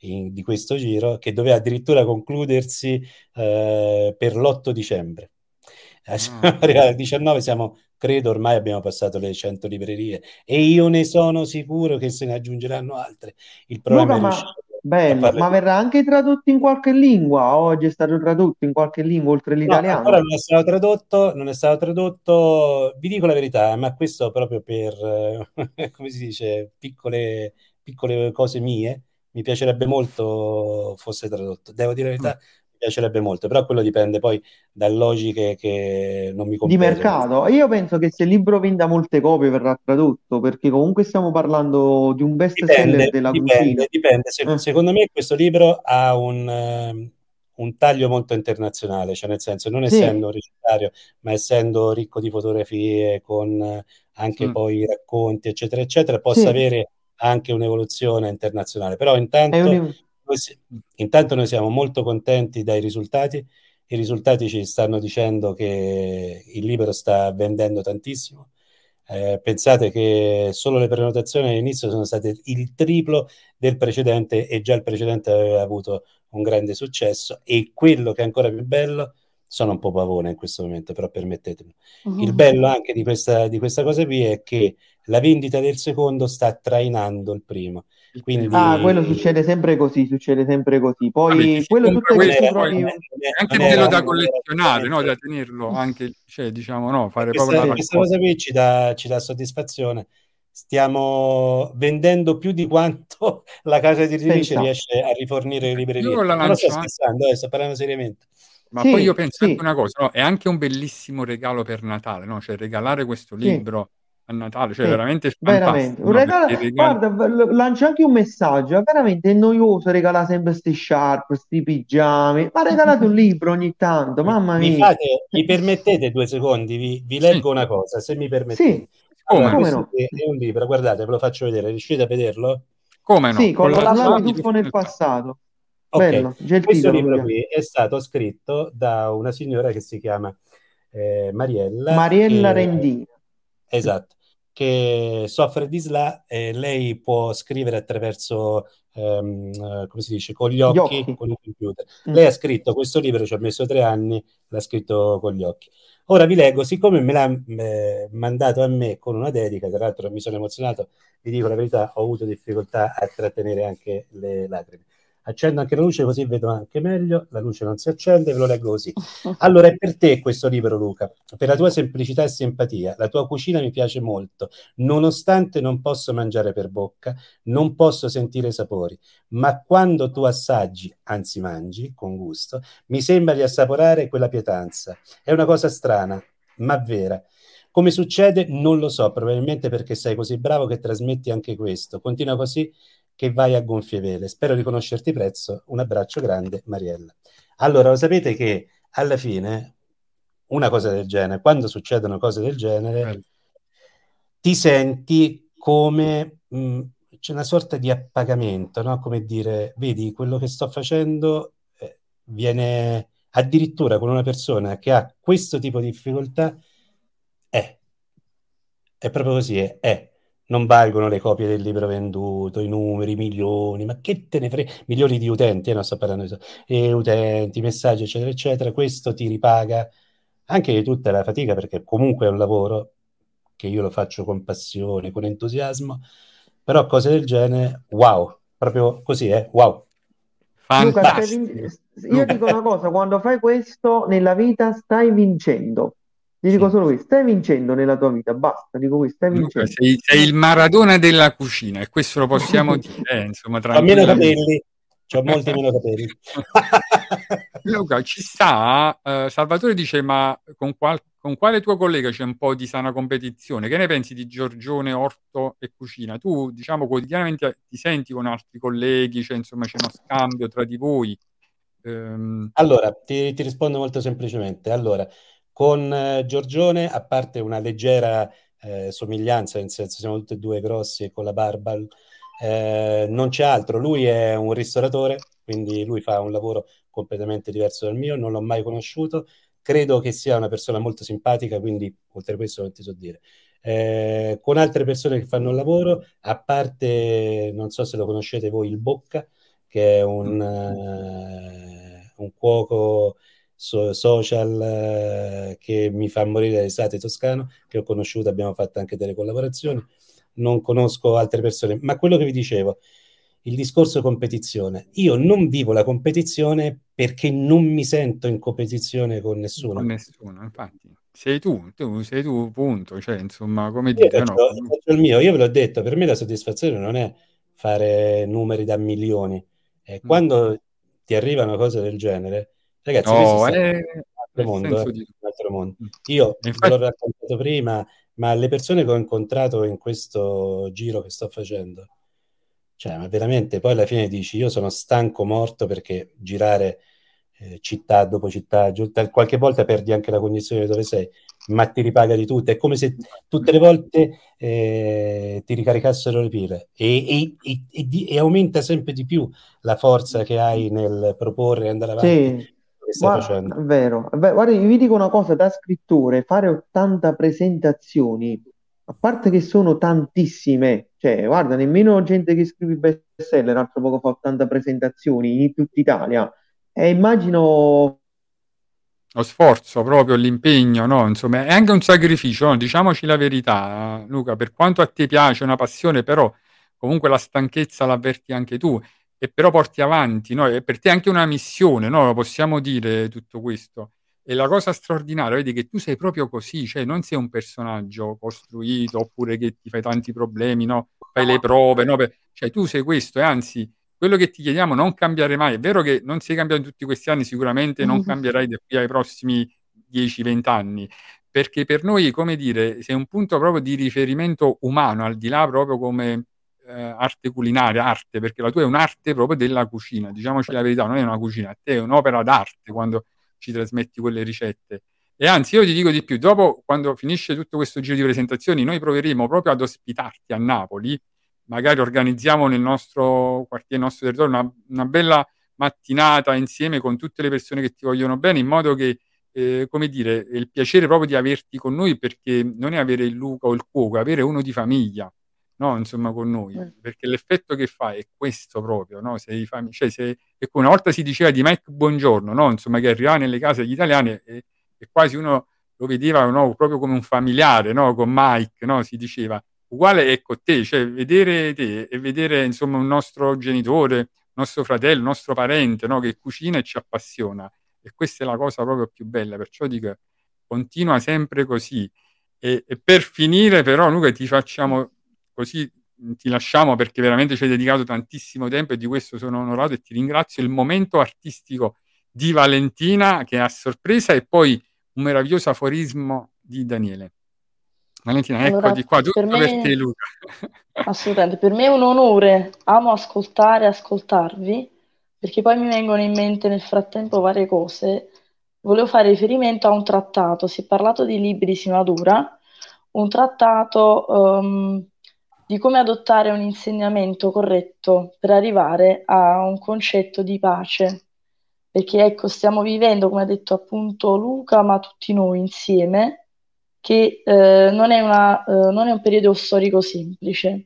in- di questo giro, che doveva addirittura concludersi eh, per l'otto dicembre. Eh, siamo Ah, arrivati al diciannove, siamo, credo ormai abbiamo passato le cento librerie e io ne sono sicuro che se ne aggiungeranno altre. Il problema Luca, è ma riuscire a bello, farle ma tutte. verrà anche tradotto in qualche lingua? Oggi è stato tradotto in qualche lingua oltre No, ancora l'italiano? non è stato tradotto, non è stato tradotto, vi dico la verità, ma questo proprio per, eh, come si dice, piccole, piccole cose mie, mi piacerebbe molto fosse tradotto. Devo dire la mm. verità, mi piacerebbe molto, però quello dipende poi da logiche che non mi Di competono. mercato. Io penso che se il libro venda molte copie verrà tradotto, perché comunque stiamo parlando di un best seller Dipende, della cucina. dipende, dipende. Se- Eh, secondo me questo libro ha un, ehm, un taglio molto internazionale, cioè nel senso, non sì, essendo originario, ma essendo ricco di fotografie, con eh, anche Sì. poi racconti, eccetera, eccetera, possa sì, avere anche un'evoluzione internazionale. Però è intanto un... noi, si- intanto noi siamo molto contenti dai risultati. I risultati ci stanno dicendo che il libro sta vendendo tantissimo. Eh, pensate che solo le prenotazioni all'inizio sono state il triplo del precedente e già il precedente aveva avuto un grande successo e quello che è ancora più bello, sono un po' pavone in questo momento, però permettetemi. Il bello anche di questa, di questa cosa qui è che la vendita del secondo sta trainando il primo. Il primo. Ah, quello Quindi succede sempre così, succede sempre così. Vabbè, chi Poi si quello compra tutto è non che tu questo era, poi trovi... non un- è è- anche non bello era, da non era collezionare, no? Da assolutamente. tenerlo anche, cioè, diciamo, no? E Fare proprio questa, la e questa raccolta. cosa qui ci dà, ci dà soddisfazione. Stiamo vendendo più di quanto la casa editrice Pensa. riesce a rifornire le librerie. Io la Ma non sto lancio anche, scherzando, eh, sto parlando seriamente. ma poi io Sì, penso anche sì, una cosa, no? È anche un bellissimo regalo per Natale, no? Cioè, regalare questo sì. libro a Natale, cioè, Sì, veramente veramente. fantastico, Un no? regalo, Perché i regali... guarda, v- lancio anche un messaggio. È veramente noioso regalare sempre sti sciarpe, sti pigiami. Ma regalate un libro ogni tanto, Mi, mamma mi mia. fate, mi permettete due secondi? Vi, vi Sì, leggo una cosa, se mi permettete. Sì, Allora, come no? come questo no? qui è un libro, guardate, ve lo faccio vedere, riuscite a vederlo? Come Sì, no? con Con lo Con la la slalom Giovanni tuffo tutto nel nel passato. passato. Ok, Bello, già il questo titolo mi libro piace. qui è stato scritto da una signora che si chiama eh, Mariella, Mariella che, Rendina. esatto, che soffre di S L A e lei può scrivere attraverso, ehm, eh, come si dice, con gli Gli occhi, occhi. con il computer. Mm. Lei ha scritto questo libro, ci ha messo tre anni, l'ha scritto con gli occhi. Ora vi leggo, siccome me l'ha eh, mandato a me con una dedica, tra l'altro mi sono emozionato, vi dico la verità, ho avuto difficoltà a trattenere anche le lacrime. Accendo anche la luce così vedo anche meglio, la luce non si accende, ve lo leggo così. Allora è per te questo libro, Luca, per la tua semplicità e simpatia. La tua cucina mi piace molto, nonostante non posso mangiare per bocca, non posso sentire sapori, ma quando tu assaggi, anzi mangi con gusto, mi sembra di assaporare quella pietanza. È una cosa strana, ma vera. Come succede? Non lo so, probabilmente perché sei così bravo che trasmetti anche questo. Continua così che vai a gonfie vele. Spero di conoscerti prezzo. Un abbraccio grande, Mariella. Allora, lo sapete che alla fine una cosa del genere, quando succedono cose del genere, Bello. ti senti come mh, c'è una sorta di appagamento, no? Come dire, vedi, quello che sto facendo eh, viene addirittura con una persona che ha questo tipo di difficoltà, è, è proprio così, è, è. Non valgono le copie del libro venduto, i numeri, i milioni, ma che te ne frega, milioni di utenti, eh, non sto parlando di e utenti, messaggi, eccetera, eccetera. Questo ti ripaga anche di tutta la fatica, perché comunque è un lavoro che io lo faccio con passione, con entusiasmo, però cose del genere, wow, proprio così, eh, wow. Luca, stai Fantastico. vin- io Luca, dico una cosa, quando fai questo nella vita stai vincendo. Ti dico sì. solo questo, stai vincendo nella tua vita, basta, dico questo, stai Luca, vincendo. sei, sei il Maradona della cucina e questo lo possiamo dire, eh, insomma, Ho meno tranquillamente. capelli, ho molti meno capelli. Luca, ci sta, eh, Salvatore dice, ma con, qual- con quale tuo collega c'è un po' di sana competizione? Che ne pensi di Giorgione, Orto e Cucina? Tu, diciamo, quotidianamente ti senti con altri colleghi, cioè, insomma, c'è uno scambio tra di voi? Ehm, Allora, ti, ti rispondo molto semplicemente. Allora, con eh, Giorgione, a parte una leggera eh, somiglianza, nel senso siamo tutti e due grossi e con la barba, eh, non c'è altro. Lui è un ristoratore, quindi lui fa un lavoro completamente diverso dal mio, non l'ho mai conosciuto. Credo che sia una persona molto simpatica, quindi oltre a questo non ti so dire. Eh, con altre persone che fanno il lavoro, a parte, non so se lo conoscete voi, il Bocca, che è un, eh, un cuoco so- social eh, che mi fa morire da risate, toscano, che ho conosciuto, abbiamo fatto anche delle collaborazioni. Non conosco altre persone, ma quello che vi dicevo, il discorso competizione. Io non vivo la competizione perché non mi sento in competizione con Con nessuno. nessuno, infatti. Sei tu, tu sei tu, punto. Cioè, insomma, come Io dire, no? faccio, faccio il mio, io ve l'ho detto, per me la soddisfazione non è fare numeri da milioni. E Mm. quando ti arrivano cose del genere, ragazzi, voi siete No, stati è, in un altro è il mondo, eh, senso un di... altro mondo. Mm. Io E ve l'ho infatti, raccontato prima, ma le persone che ho incontrato in questo giro che sto facendo, cioè, ma veramente poi alla fine dici, io sono stanco morto perché girare eh, città dopo città, giù- tal- qualche volta perdi anche la cognizione di dove sei, ma ti ripaga di tutto. È come se tutte le volte eh, ti ricaricassero le pile e, e- e- e di- e aumenta sempre di più la forza che hai nel proporre e andare avanti Sì, quello che stai ma facendo. è vero. Beh, guarda, io vi dico una cosa da scrittore, fare ottanta presentazioni, a parte che sono tantissime, cioè, guarda, nemmeno gente che scrive bestseller, l'altro poco fa ottanta presentazioni in tutta Italia. E immagino, lo sforzo proprio, l'impegno, no? Insomma, è anche un sacrificio, no? Diciamoci la verità, Luca, per quanto a te piace, è una passione, però comunque la stanchezza l'avverti anche tu, e però porti avanti, no? E per te è anche una missione, no? Possiamo dire tutto questo. E la cosa straordinaria, vedi che tu sei proprio così, cioè non sei un personaggio costruito oppure che ti fai tanti problemi, no? Fai le prove, no? Per- Cioè tu sei questo e anzi quello che ti chiediamo non cambiare mai. È vero che non sei cambiato in tutti questi anni, sicuramente non cambierai da qui ai prossimi dieci venti anni, perché per noi, come dire, sei un punto proprio di riferimento umano, al di là proprio come eh, arte culinaria, arte, perché la tua è un'arte proprio della cucina, diciamoci la verità, non è una cucina, a te è un'opera d'arte quando ci trasmetti quelle ricette. E anzi, io ti dico di più, dopo, quando finisce tutto questo giro di presentazioni, noi proveremo proprio ad ospitarti a Napoli, magari organizziamo nel nostro quartiere, nel nostro territorio, una, una bella mattinata insieme con tutte le persone che ti vogliono bene, in modo che, eh, come dire, è il piacere proprio di averti con noi, perché non è avere il Luca o il cuoco, è avere uno di famiglia, no? Insomma, con noi, perché l'effetto che fa è questo proprio, no? Sei fam- cioè, sei, ecco, una volta si diceva di Mike Buongiorno, no? Insomma, che arrivava nelle case degli italiani e, e quasi uno lo vedeva, no? Proprio come un familiare, no? Con Mike, no? Si diceva uguale è con te, cioè vedere te e vedere insomma un nostro genitore, un nostro fratello, un nostro parente, no, che cucina e ci appassiona. E questa è la cosa proprio più bella, perciò dico continua sempre così. E, e per finire però Luca ti facciamo così, ti lasciamo perché veramente ci hai dedicato tantissimo tempo e di questo sono onorato e ti ringrazio. Il momento artistico di Valentina che è a sorpresa e poi un meraviglioso aforismo di Daniele. Valentina, Allora, eccoti qua, per tutto per te, me, Luca. assolutamente, per me è un onore, amo ascoltare e ascoltarvi, perché poi mi vengono in mente nel frattempo varie cose. Volevo fare riferimento a un trattato, si è parlato di libri di Simadura, un trattato ehm, di come adottare un insegnamento corretto per arrivare a un concetto di pace. Perché ecco, stiamo vivendo, come ha detto appunto Luca, ma tutti noi insieme, che eh, non è una, eh, non è un periodo storico semplice.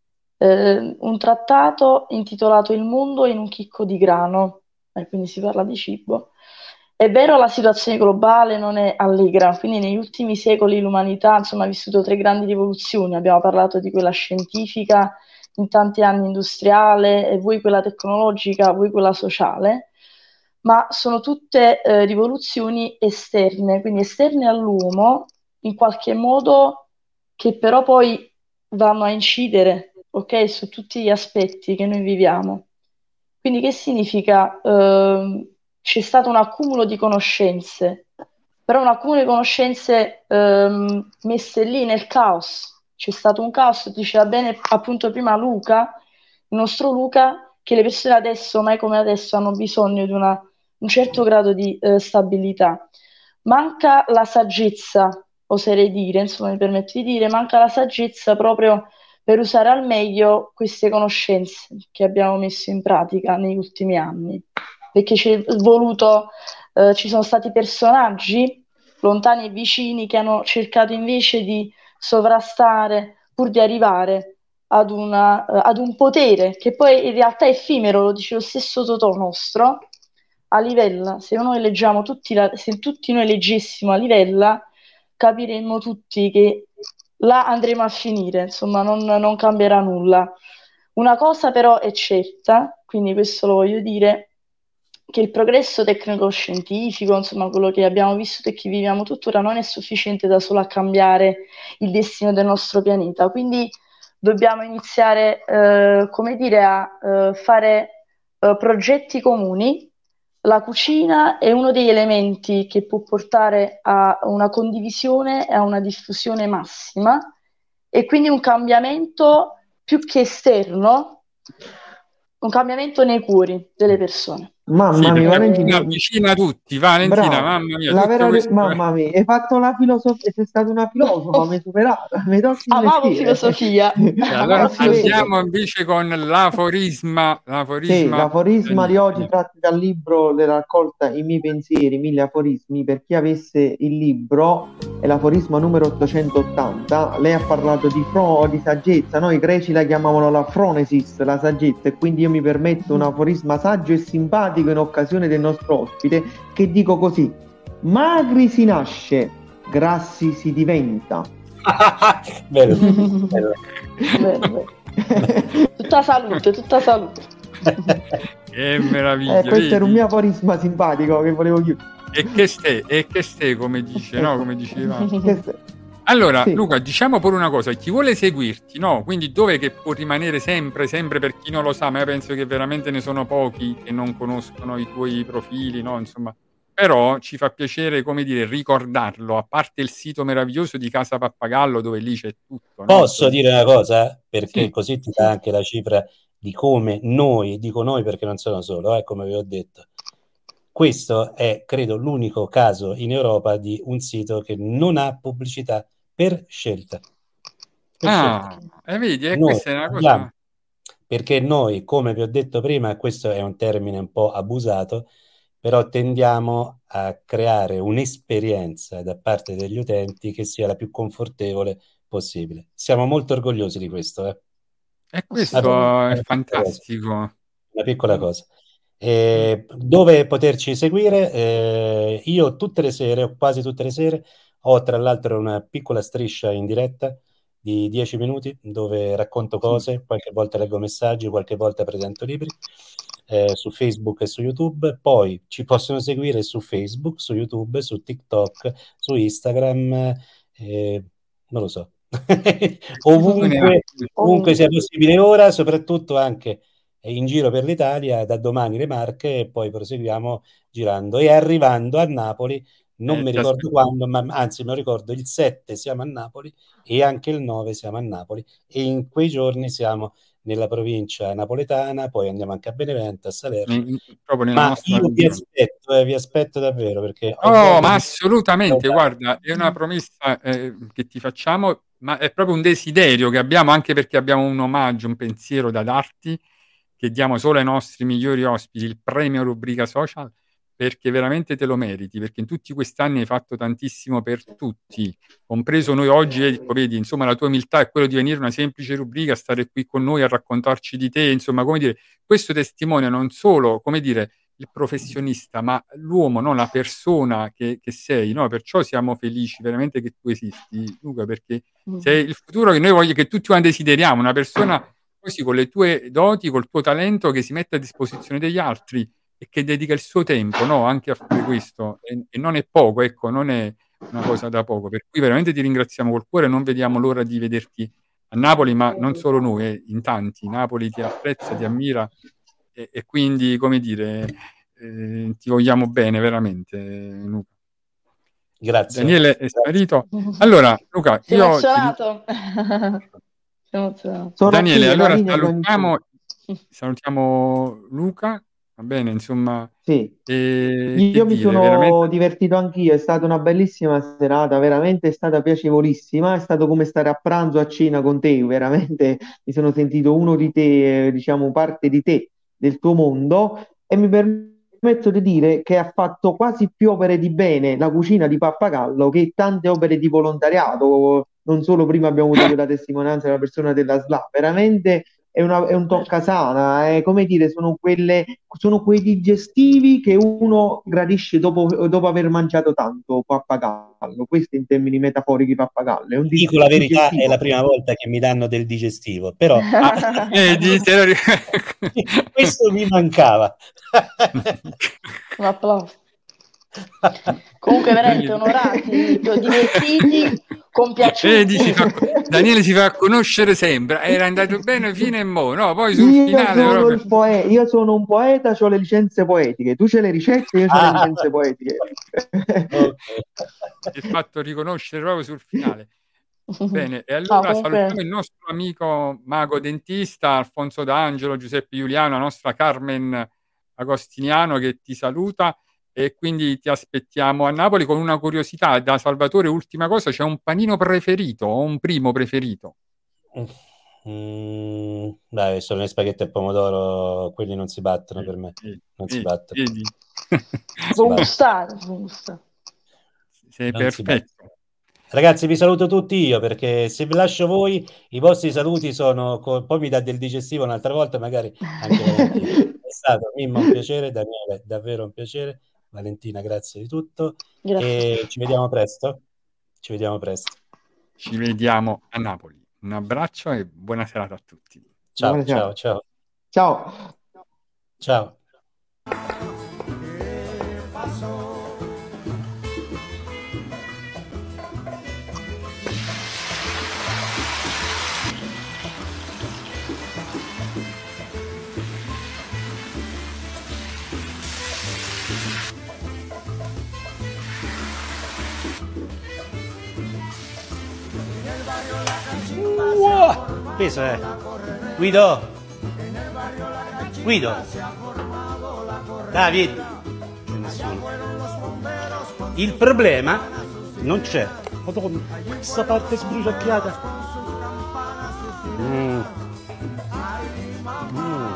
Eh, un trattato intitolato Il mondo in un chicco di grano, eh, quindi si parla di cibo. È vero, la situazione globale non è allegra, quindi negli ultimi secoli l'umanità insomma, ha vissuto tre grandi rivoluzioni, abbiamo parlato di quella scientifica, in tanti anni industriale, e voi quella tecnologica, voi quella sociale, ma sono tutte eh, rivoluzioni esterne, quindi esterne all'uomo, in qualche modo che però poi vanno a incidere, ok, su tutti gli aspetti che noi viviamo. Quindi che significa? Ehm, c'è stato un accumulo di conoscenze, però un accumulo di conoscenze ehm, messe lì nel caos. C'è stato un caos, diceva bene appunto prima Luca, il nostro Luca, che le persone adesso, mai come adesso, hanno bisogno di una- un certo grado di eh, stabilità. Manca la saggezza, oserei dire, insomma, mi permetto di dire, manca la saggezza proprio per usare al meglio queste conoscenze che abbiamo messo in pratica negli ultimi anni. Perché ci è voluto, eh, ci sono stati personaggi lontani e vicini che hanno cercato invece di sovrastare pur di arrivare ad, una, eh, ad un potere che poi in realtà è effimero, lo dice lo stesso Totò nostro, a livella, se noi leggiamo tutti la- se tutti noi leggessimo a livella, capiremmo tutti che là andremo a finire, insomma, non, non cambierà nulla. Una cosa però è certa, quindi questo lo voglio dire, che il progresso tecnico-scientifico, insomma, quello che abbiamo vissuto e che viviamo tuttora, non è sufficiente da solo a cambiare il destino del nostro pianeta. Quindi dobbiamo iniziare, eh, come dire, a eh, fare eh, progetti comuni. La cucina è uno degli elementi che può portare a una condivisione e a una diffusione massima e quindi un cambiamento più che esterno, un cambiamento nei cuori delle persone. Mamma Sì, mia, perché Valentina, cucina avvicina tutti, Valentina, bravo, mamma mia, la tutto vera, questo. mamma mia, hai fatto la filosofia, sei stata una filosofa, mi hai superata, mi tocchi il Amavo mestiere. filosofia. E Eh, allora si vede. andiamo invece con l'aforisma, Sì, l'aforisma l'aforisma di oggi Daniele. tratto dal libro della raccolta I miei pensieri, mille aforismi. Per chi avesse il libro, è l'aforisma numero ottocentottanta. Lei ha parlato di, fro- di saggezza, noi greci la chiamavano la phronesis, la saggezza, e quindi io mi permetto un aforisma saggio e simpatico in occasione del nostro ospite, che dico così: magri si nasce, grassi si diventa. Vero, vero. Bene, bene. Tutta salute, tutta salute. Che meraviglia, Eh, questo era un vedi? mio aforisma simpatico che volevo chiudere. E che ste, e che ste, come dice, no? Come diceva. Questo- Allora, Sì. Luca, diciamo pure una cosa, chi vuole seguirti, no? Quindi dove che può rimanere sempre, sempre per chi non lo sa, ma io penso che veramente ne sono pochi che non conoscono i tuoi profili, no? Insomma, però ci fa piacere, come dire, ricordarlo, a parte il sito meraviglioso di Casa Pappagallo dove lì c'è tutto, no? Posso Insomma, dire una cosa? Perché sì, così ti Sì. dà anche la cifra di come noi, dico noi perché non sono solo, eh, come vi ho detto. Questo è, credo, l'unico caso in Europa di un sito che non ha pubblicità per scelta. Per scelta. ah, e vedi, e Noi questa è una abbiamo, cosa, perché noi, come vi ho detto prima, questo è un termine un po' abusato, però tendiamo a creare un'esperienza da parte degli utenti che sia la più confortevole possibile. Siamo molto orgogliosi di questo, eh. e Vabbè, questo è una piccola cosa. fantastico. Una piccola Mm, cosa. mm. Eh, dove poterci seguire? Eh, io tutte le sere, o quasi tutte le sere, ho tra l'altro una piccola striscia in diretta di dieci minuti dove racconto cose, qualche volta leggo messaggi, qualche volta presento libri, eh, su Facebook e su YouTube. Poi ci possono seguire su Facebook, su YouTube, su TikTok, su Instagram, eh, non lo so, ovunque, ovunque sia possibile ora, soprattutto anche in giro per l'Italia, da domani le Marche e poi proseguiamo girando e arrivando a Napoli. Non Eh, mi ti ricordo aspetto. quando, ma anzi me lo ricordo, il sette siamo a Napoli e anche il nove siamo a Napoli e in quei giorni siamo nella provincia napoletana, poi andiamo anche a Benevento, a Salerno. In- in- proprio nella Ma nostra io vi regione. aspetto, eh, vi aspetto davvero perché ho Oh, voglia ma di assolutamente, guarda, è una promessa eh, che ti facciamo, ma è proprio un desiderio che abbiamo, anche perché abbiamo un omaggio, un pensiero da darti, che diamo solo ai nostri migliori ospiti, il premio Rubrica Social, perché veramente te lo meriti, perché in tutti questi anni hai fatto tantissimo per tutti, compreso noi oggi, ecco, vedi, insomma, la tua umiltà è quello di venire una semplice rubrica, stare qui con noi a raccontarci di te, insomma, come dire, questo testimonia non solo, come dire, il professionista, ma l'uomo, no? La persona che, che sei, no? Perciò siamo felici veramente che tu esisti, Luca, perché sei il futuro che noi vogliamo, che tutti quanti desideriamo, una persona così con le tue doti, col tuo talento che si mette a disposizione degli altri e che dedica il suo tempo, no? Anche a fare questo. E, e non è poco, ecco, non è una cosa da poco. Per cui veramente ti ringraziamo col cuore, non vediamo l'ora di vederti a Napoli, ma non solo noi, eh, in tanti. Napoli ti apprezza, ti ammira e, e quindi, come dire, eh, ti vogliamo bene, veramente, Luca. Grazie. Daniele è sparito. Allora, Luca, Sei io ti... emozionato? Sei emozionato. Sono Daniele, qui, allora la linea che ogni salutiamo, salutiamo Luca, va bene, insomma, Sì, e che io mi dire, sono veramente... divertito anch'io, è stata una bellissima serata, veramente è stata piacevolissima, è stato come stare a pranzo, a cena con te, veramente mi sono sentito uno di te, eh, diciamo parte di te, del tuo mondo, e mi permetto di dire che ha fatto quasi più opere di bene la cucina di Pappagallo che tante opere di volontariato, non solo prima abbiamo avuto quella testimonianza della persona della S L A, veramente è, una, è un toccasana, è come dire, sono, quelle, sono quei digestivi che uno gradisce dopo, dopo aver mangiato tanto pappagallo, questo in termini metaforici pappagallo. È un Dico la verità, digestivo. è la prima volta che mi danno del digestivo, però Ah, vedi, te lo questo mi mancava. Un applauso. Comunque veramente onorati, divertiti, compiaciuti. Vedi, si fa- Daniele si fa conoscere sempre, era andato bene fino e mo', no? Poi sul Io finale sono, proprio... il poe- io sono un poeta, ho le licenze poetiche, tu c'hai le ricette, io ho Ah. le licenze poetiche. Ok. si è fatto riconoscere proprio sul finale. Bene, e No, allora comunque- salutiamo il nostro amico mago dentista Alfonso D'Angelo, Giuseppe Giuliano, la nostra Carmen Agostiniano che ti saluta, e quindi ti aspettiamo a Napoli con una curiosità. Da Salvatore, ultima cosa, c'è un panino preferito o un primo preferito? Mm, dai, sono le spaghetti al pomodoro, quelli non si battono per me, Vedi, non si vedi, battono. vedi. Può gustare, può gustare. Sei Non si perfetto. Ragazzi, vi saluto tutti io, perché se vi lascio voi, i vostri saluti sono, co- poi mi dà del digestivo un'altra volta, magari anche Valentina. È stato Mimmo un piacere, Daniele davvero un piacere, Valentina grazie di tutto, Grazie. e ci vediamo presto, ci vediamo presto. Ci vediamo a Napoli. Un abbraccio e buona serata a tutti. Ciao, Buona serata. ciao, ciao, Ciao. ciao. Wow, peso eh. Guido, Guido, David, c'è nessuno. Il problema non c'è. Madonna, questa parte sbruciacchiata. Mm. Mm.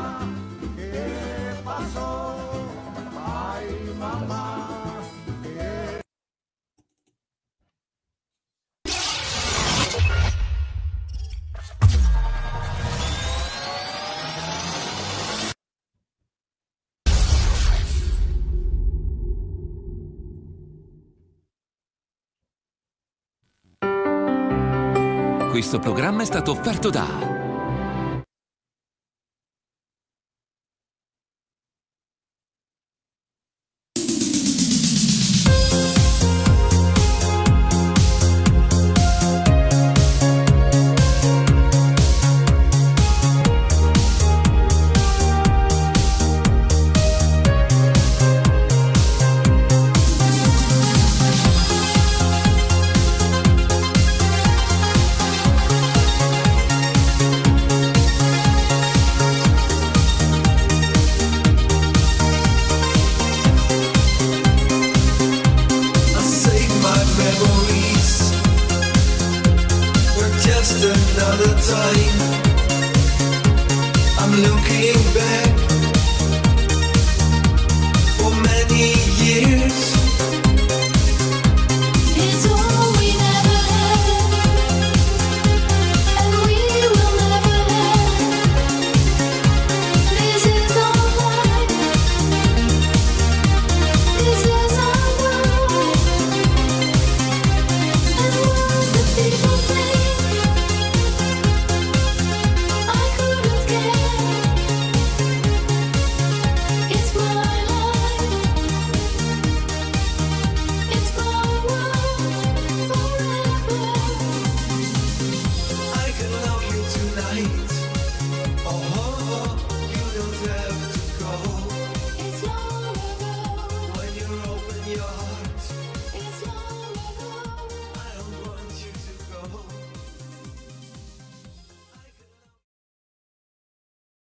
Questo programma è stato offerto da I save my memories for just another time. I'm looking back for many years. It's all we never had, and we will never have. This is our life. This is our world. And what the people think, I couldn't care. It's my life. It's my world forever. I can love you tonight. Oh, you don't have